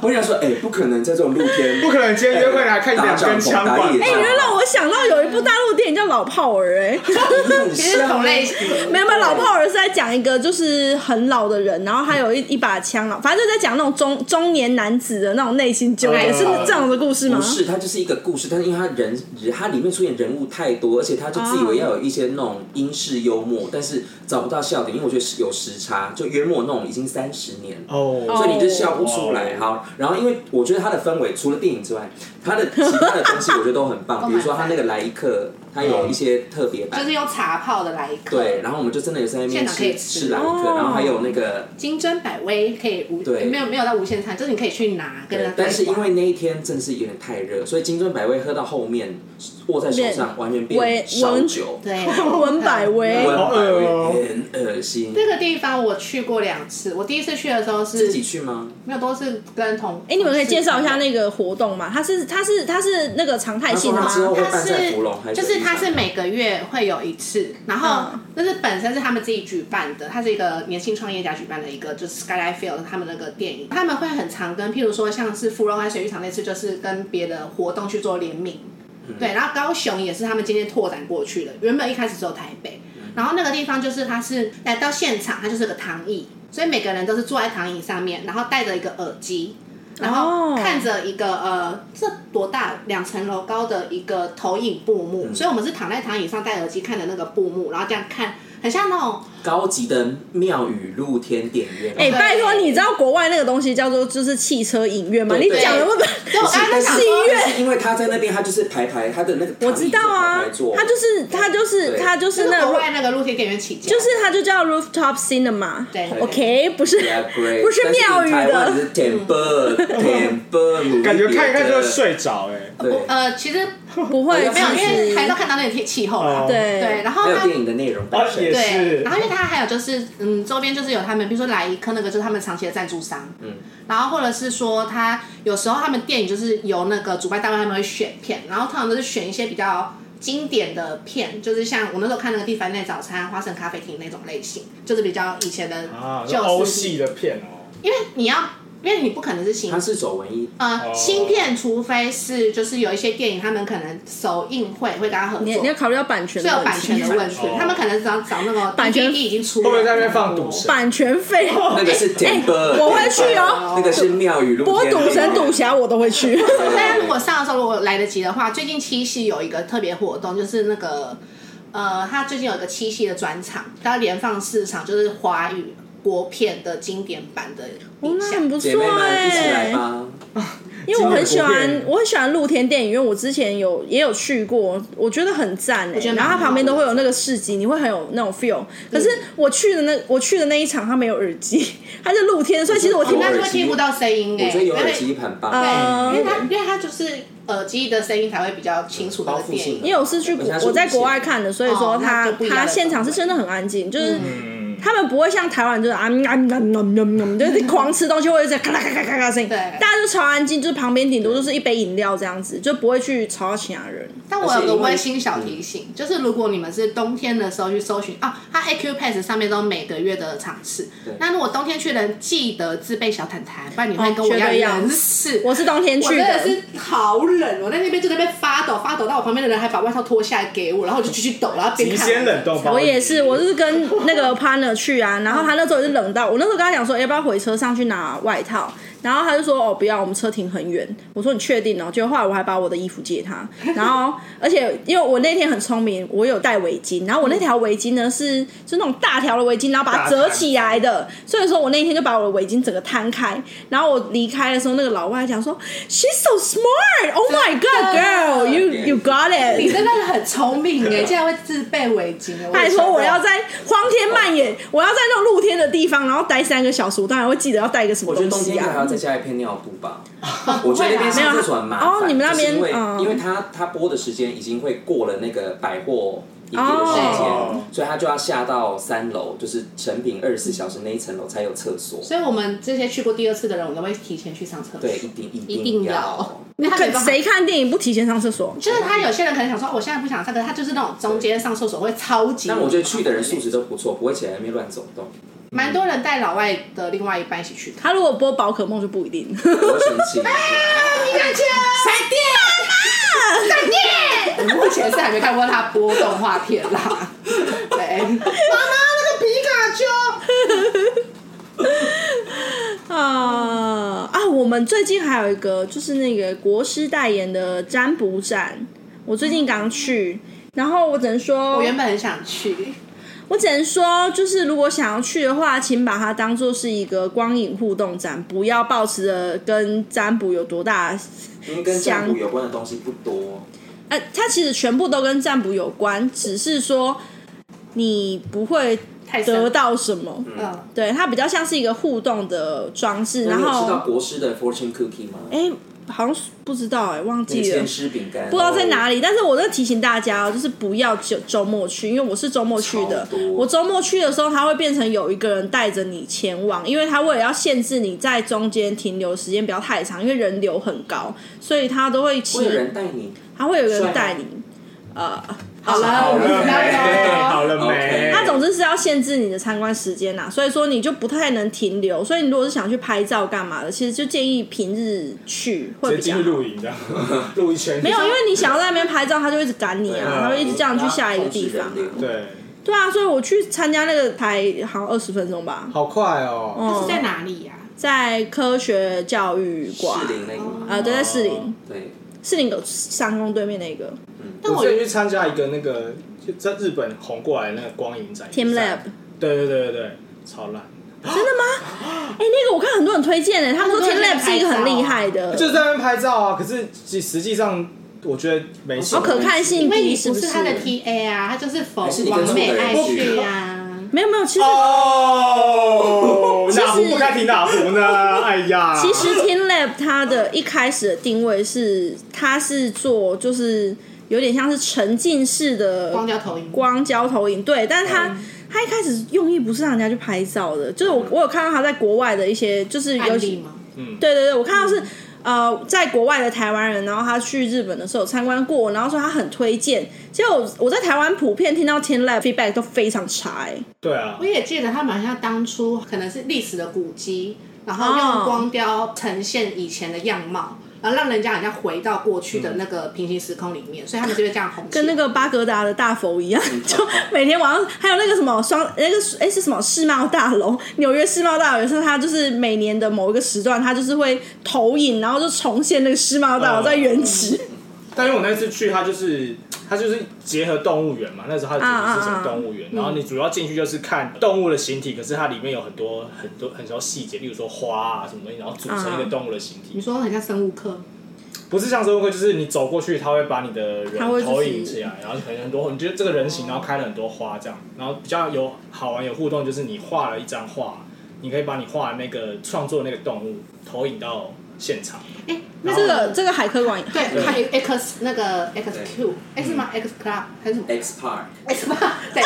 Speaker 5: 我想说，哎、欸，不可能在这种露天，
Speaker 2: 不可能今天约会来看两根枪管。
Speaker 1: 哎、欸，你会让我想到有一部大陆电影叫《老炮儿》哎，
Speaker 4: 其实同类型。
Speaker 1: 没有没有，《老炮儿》是在讲一个就是很老的人，然后他有一一把枪，反正就在讲那种中中年男子的那种内心纠结，是这样的故事吗？
Speaker 5: 不是，它就是一个故事，但是因为他人，他里面出现人物太多，而且他就自以为要有一些那种英式幽默，但是找不到笑点，因为我觉得有时差，就约莫那种已经三十年哦，所以你就笑不出来。好，然后因为我觉得它的氛围除了电影之外，它的其他的东西我觉得都很棒，比如说它那个来一克，它有一些特别版，
Speaker 4: 就是用茶泡的来一克。
Speaker 5: 对，然后我们就真的有在那边吃吃来一克，然后还有那个
Speaker 4: 金针百威可以无对没有没有到无限餐，就是你可以去拿跟人家。
Speaker 5: 但是因为那一天真的是有点太热，所以金针百威喝到后面握在手上完全变烧酒，
Speaker 4: 对，
Speaker 1: 温百威，
Speaker 5: 温百威很恶心。
Speaker 4: 这个地方我去过两次，我第一次去的时候是
Speaker 5: 自己去吗？
Speaker 4: 没有，都是跟同。
Speaker 1: 哎、欸，你们可以介绍一下那个活动吗？它是它是它是那个常态性的吗？
Speaker 5: 它是
Speaker 4: 就是它是每个月会有一次，然后那、嗯、是本身是他们自己举办的，它是一个年轻创业家举办的一个就是 Skyline Field 他们那个电影，他们会很常跟譬如说像是芙蓉海水浴场那次就是跟别的活动去做联名。对，然后高雄也是他们今天拓展过去的，原本一开始只有台北，然后那个地方就是它是来到现场，它就是个躺椅，所以每个人都是坐在躺椅上面，然后戴着一个耳机，然后看着一个呃，这多大两层楼高的一个投影布幕、嗯，所以我们是躺在躺椅上戴耳机看着那个布幕，然后这样看，很像那种
Speaker 5: 高级的庙宇露天电影院。
Speaker 1: 哎、欸，拜托，你知道国外那个东西叫做就是汽车影院吗？你讲的不对，
Speaker 4: 就我刚才
Speaker 1: 是戏院，
Speaker 5: 因为他在那边，他就是排排他的那个，
Speaker 1: 我知道啊，他就是他就是他就是那
Speaker 4: 个国外那个露天电影院起家，
Speaker 1: 就是他就叫 rooftop cinema，
Speaker 4: 对
Speaker 1: ，OK， 不是、yeah, 不是庙宇的，
Speaker 5: 是 temple temple，
Speaker 2: 感觉看一看就会睡着哎、
Speaker 4: 欸。呃，其实
Speaker 1: 不会，
Speaker 4: 没有，因为还是看到那个气候啦。
Speaker 1: 对
Speaker 4: 对，然后
Speaker 5: 还有电影的内容本身，
Speaker 4: 对，然后因为它还有就是嗯，周边就是有他们，比如说来一克那个就是他们长期的赞助商，嗯，然后或者是说他有时候他们电影就是由那个主办单位他们会选片，然后通常都是选一些比较经典的片，就是像我那时候看那个《蒂凡内早餐》《花神咖啡厅》那种类型，就是比较以前的
Speaker 2: 旧欧系的片哦，
Speaker 4: 因为你要。因为你不可能是新，
Speaker 5: 它是走文艺，
Speaker 4: 呃，新片除非是就是有一些电影，他们可能首映会会跟他合作，
Speaker 1: 你你要考虑到版权的问题，
Speaker 4: 是有版权的问题，他们可能找找那个版权已经出了，
Speaker 2: 会不会在那边放赌神？
Speaker 1: 版权费
Speaker 5: 那个是 temple，
Speaker 1: 我会去哦，
Speaker 5: 那个是庙宇露天，
Speaker 1: 播赌神赌侠我都会去。
Speaker 4: 大家如果上的时候如果来得及的话，最近七夕有一个特别活动，就是那个呃，他最近有一个七夕的专场，他连放四场，就是华语国片的经典版的影像，
Speaker 1: 很不错哎、欸，因为我很喜欢，我很喜欢露天电影，因为我之前有也有去过，我觉得很赞哎、欸。然后它旁边都会有那个市集，你会很有那种 feel。可是我去的那我去的那一场，它没有耳机，它是露天，所以其实我听
Speaker 4: 到就会听不到声音哎、欸。
Speaker 5: 我觉得有耳机很棒，
Speaker 4: 对，因为它因为它就是耳机的声音才会比较清楚的电影。
Speaker 1: 因为我是去我在国外看的，所以说它它现场是真的很安静，就是。嗯他们不会像台湾就是啊啊啊就是狂吃东西或者是咔啦咔咔咔咔声音，大家就超安静，就是旁边顶多就是一杯饮料这样子，就不会去吵到其他人。
Speaker 4: 但我有个温馨小提醒，就是如果你们是冬天的时候去搜寻啊，它 A Q Pass 上面都每个月的场次。那如果冬天去的人记得自备小毯毯，不然你会跟我一样人死。
Speaker 1: 我是冬天去的，
Speaker 4: 我真的是好冷，我在那边就在那边发抖发抖，到我旁边的人还把外套脱下来给我，然后我就继续抖，然后边看。
Speaker 2: 极限冷冻包。
Speaker 1: 我也是，我是跟那个 partner 去啊，然后他那时候也是冷到，我那时候跟他讲说要不要回车上去拿外套，然后他就说哦不要，我们车停很远。我说你确定哦？结果后来我还把我的衣服借他，然后而且因为我那天很聪明，我有戴围巾，然后我那条围巾呢是是那种大条的围巾，然后把它折起来的，所以说我那天就把我的围巾整个摊开，然后我离开的时候，那个老外讲说 She's so smart, oh my god, girl, you you got it，
Speaker 4: 你真的很聪明哎，竟然会自备围巾。
Speaker 1: 拜托我要在荒天漫野，我要在那种露天的地方，然后待三个小时，我当然会记得要带一个什么东西啊。
Speaker 5: 我觉得冬天还要再加一片尿布吧。我觉得那边上厕所很麻烦。
Speaker 1: 哦，你们那边
Speaker 5: 因为、
Speaker 1: 嗯、
Speaker 5: 因为他他播的时间已经会过了那个百货营业的时间、哦，所以他就要下到三楼，就是成品二十四小时那一层楼才有厕所。
Speaker 4: 所以我们这些去过第二次的人，我们都会提前去上厕所。
Speaker 5: 对，一定
Speaker 4: 一定要。
Speaker 1: 因为他谁看电影不提前上厕所？
Speaker 4: 就是他有些人可能想说，我现在不想上，可是他就是那种中间上厕所会超级。
Speaker 5: 但我觉得去的人素质都不错，不会起来那边乱走动。
Speaker 4: 蛮多人带老外的另外一半一起去看。
Speaker 1: 他如果播宝可梦就不一定。
Speaker 5: 我会生气。
Speaker 4: 皮卡丘，闪电，闪电。我目前是还没看过他播动画片啦。对，妈妈那个皮卡丘。
Speaker 1: 啊啊！我们最近还有一个就是那个国师代言的占卜展，我最近刚去，然后我只能说，
Speaker 4: 我原本很想去。
Speaker 1: 我只能说，就是如果想要去的话，请把它当做是一个光影互动展，不要抱持着跟占卜有多大，
Speaker 5: 因为跟占卜有关的东西不多。
Speaker 1: 呃，它其实全部都跟占卜有关，只是说你不会得到什么。
Speaker 4: 嗯，
Speaker 1: 对，它比较像是一个互动的装置。然后
Speaker 5: 你有吃到国师的 fortune cookie 吗？
Speaker 1: 哎。好像不知道哎、欸，忘记了。
Speaker 5: 千师饼干
Speaker 1: 不知道在哪里，但是我在提醒大家哦，就是不要周周末去，因为我是周末去的。我周末去的时候，它会变成有一个人带着你前往，因为他为了要限制你在中间停留时间不要太长，因为人流很高，所以他都会请。
Speaker 5: 会有人带你，
Speaker 1: 他会有人带你。呃，
Speaker 4: 好了，
Speaker 2: 好了没？好了没？
Speaker 1: 他总之是要限制你的参观时间呐，所以说你就不太能停留。所以你如果是想去拍照干嘛的，其实就建议平日去会比较好。
Speaker 2: 直接进去露营这样，露一圈。
Speaker 1: 没有，因为你想要在那边拍照，他就一直赶你啊，他会一直叫你去下一个地方。
Speaker 2: 对。
Speaker 1: 对啊，所以我去参加那个才好像二十分钟吧。
Speaker 2: 好快哦！
Speaker 4: 那是在哪里呀？
Speaker 1: 在科学教育馆。
Speaker 5: 士林那个吗？
Speaker 1: 啊，对，在士林。
Speaker 5: 对。
Speaker 1: 士林有商工对面那个。
Speaker 2: 我之前去参加一个那个在日本红过来的那个光影展
Speaker 1: Team Lab。
Speaker 2: 对对对对对，超烂。
Speaker 1: 真的吗？哎、欸，那个我看很多人推荐的，他们说 Team Lab 是一个很厉害的，
Speaker 2: 就是在那边拍照啊。可是实际上我觉得没什么
Speaker 1: 可看性低，
Speaker 4: 因为你不
Speaker 1: 是
Speaker 4: 他的 T A 啊，他就是否完美爱去啊。
Speaker 1: 没有没有，其实
Speaker 2: 哦，哪壶不该提哪壶呢？哎呀，
Speaker 1: 其实 Team Lab 它的一开始的定位是，它是做就是有点像是沉浸式的
Speaker 4: 光焦投影，
Speaker 1: 光焦投影对，但是它。嗯他一开始用意不是让人家去拍照的，就是我我有看到他在国外的一些就是
Speaker 4: 案例吗？
Speaker 1: 嗯，对对对，我看到是、嗯、呃在国外的台湾人，然后他去日本的时候有参观过，然后说他很推荐。结果我我在台湾普遍听到 Team Lab feedback 都非常差哎、欸。
Speaker 2: 对啊，
Speaker 4: 我也记得他们好像当初可能是历史的古迹，然后用光雕呈现以前的样貌。然后让人家好像回到过去的那个平行时空里面，嗯、所以他们就会这样红起来，
Speaker 1: 跟那个巴格达的大佛一样，就每天晚上还有那个什么双那个哎是什么世贸大楼，纽约世贸大楼，有时候它就是每年的某一个时段，它就是会投影，然后就重现那个世贸大楼在原址。嗯
Speaker 2: 但因为我那次去，它就是它就是结合动物园嘛，那时候它的主题是什么动物园，啊啊啊然后你主要进去就是看动物的形体，可是它里面有很多很多很多细节，例如说花啊什么东西，然后组成一个动物的形体。
Speaker 4: 你说很像生物课？
Speaker 2: 不是像生物课，就是你走过去，它会把你的人投影起来，然后可能很多，你觉得这个人形，然后开了很多花这样，然后比较有好玩有互动，就是你画了一张画，你可以把你画的那个创作的那个动物投影到现场。
Speaker 4: 哎、欸，
Speaker 1: 那这个这个海科馆
Speaker 4: 对，还有 X 那个 X Q， 哎是吗 ？X Club 还是什么
Speaker 5: ？X Park，X
Speaker 4: Park， 对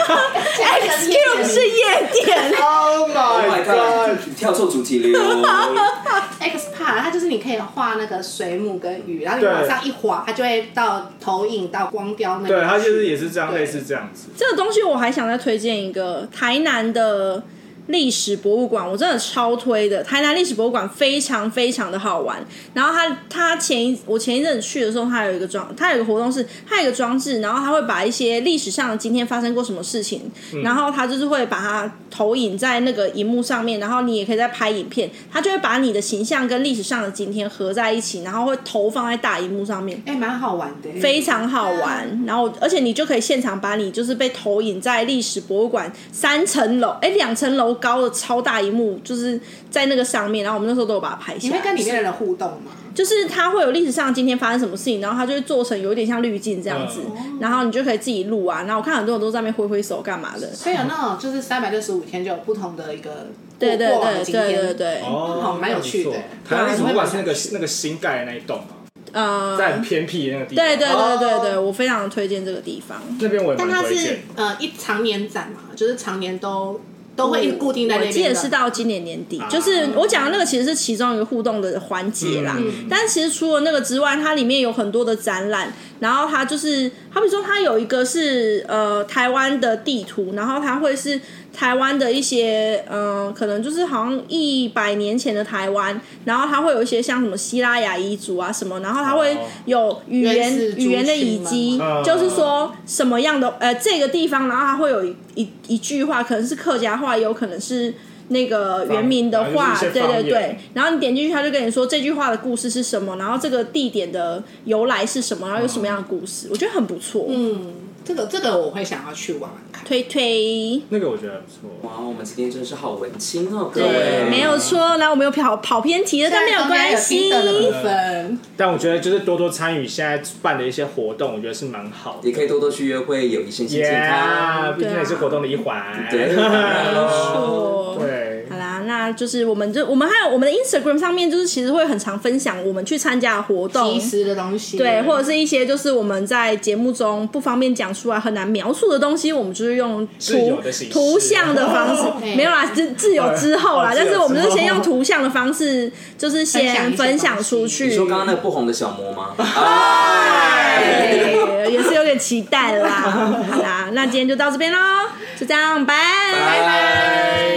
Speaker 1: ，X Q 是夜店。
Speaker 2: Oh my god！
Speaker 5: 跳错主题了。
Speaker 4: X Park 它就是你可以画那个水母跟鱼，然后你往上一滑，它就会到投影到光雕那个。
Speaker 2: 对，它就是也是这样，类似这样子。
Speaker 1: 这个东西我还想再推荐一个台南的。历史博物馆我真的超推的，台南历史博物馆非常非常的好玩。然后它它前一我前一阵子去的时候，它有一个装，它有一个活动是它有一个装置，然后它会把一些历史上今天发生过什么事情，嗯、然后它就是会把它投影在那个荧幕上面，然后你也可以再拍影片，它就会把你的形象跟历史上的今天合在一起，然后会投放在大荧幕上面。
Speaker 4: 哎、欸，蛮好玩的，
Speaker 1: 非常好玩。嗯、然后而且你就可以现场把你就是被投影在历史博物馆三层楼，哎，两层楼高的超大荧幕，就是在那个上面，然后我们那时候都有把它拍下来。
Speaker 4: 你会跟里面的人互动吗？
Speaker 1: 就是它会有历史上今天发生什么事情，然后它就会做成有点像滤镜这样子，嗯、然后你就可以自己录啊。然后我看很多人都在那边挥挥手干嘛的，
Speaker 4: 所以有那种就是三百六十五天就有不同的一个
Speaker 1: 对对对对对对，
Speaker 2: 哦，
Speaker 4: 蛮有趣的。
Speaker 2: 台南历史博物馆是那个那个新盖的那一栋啊。
Speaker 1: 呃，
Speaker 2: 在很偏僻的那个地方。
Speaker 1: 对对对对对，我非常推荐这个地方。
Speaker 2: 那边我也蛮推荐。
Speaker 4: 但它是呃一常年展嘛，就是常年都。都会一直固定在那边。
Speaker 1: 我记得是到今年年底，啊、就是我讲的那个其实是其中一个互动的环节啦。嗯、但其实除了那个之外，它里面有很多的展览， 然后它就是好比说它有一个是呃台湾的地图，然后它会是台湾的一些嗯、呃，可能就是好像一百年前的台湾，然后它会有一些像什么希拉雅遗族啊什么，然后它会有语言、哦、语言的遗迹，就是说什么样的呃这个地方，然后它会有一一一句话，可能是客家话，也有可能是那个原民的话，对对对，然后你点进去，他就跟你说这句话的故事是什么，然后这个地点的由来是什么，然后有什么样的故事，我觉得很不错。
Speaker 4: 嗯，这个这个我会想要去玩看，
Speaker 1: 推推。
Speaker 2: 那个我觉得不错。
Speaker 5: 哇，我们今天真的是好文青哦，各
Speaker 1: 位。没有错，然后我们又跑跑偏题了，但没有关系。
Speaker 4: 的部分，
Speaker 2: 但我觉得就是多多参与现在办的一些活动，我觉得是蛮好的。
Speaker 5: 也可以多多去约会，有益身心健康，
Speaker 2: 毕竟也是活动的一环。
Speaker 5: 对，没
Speaker 1: 错。对。好啦，那就是我们就我们还有我们的 Instagram 上面，就是其实会很常分享我们去参加的活动，
Speaker 4: 即时的东西，
Speaker 1: 对，或者是一些就是我们在节目中不方便讲出来、很难描述的东西，我们就是用图图像的方式，没有啦，自自由之后啦，但是我们就是先用图像的方式，就是先分享出去。
Speaker 5: 你说刚刚那个不红的小魔吗？
Speaker 1: 哎，也是有点期待啦。好啦，那今天就到这边喽，就这样，拜
Speaker 5: 拜拜。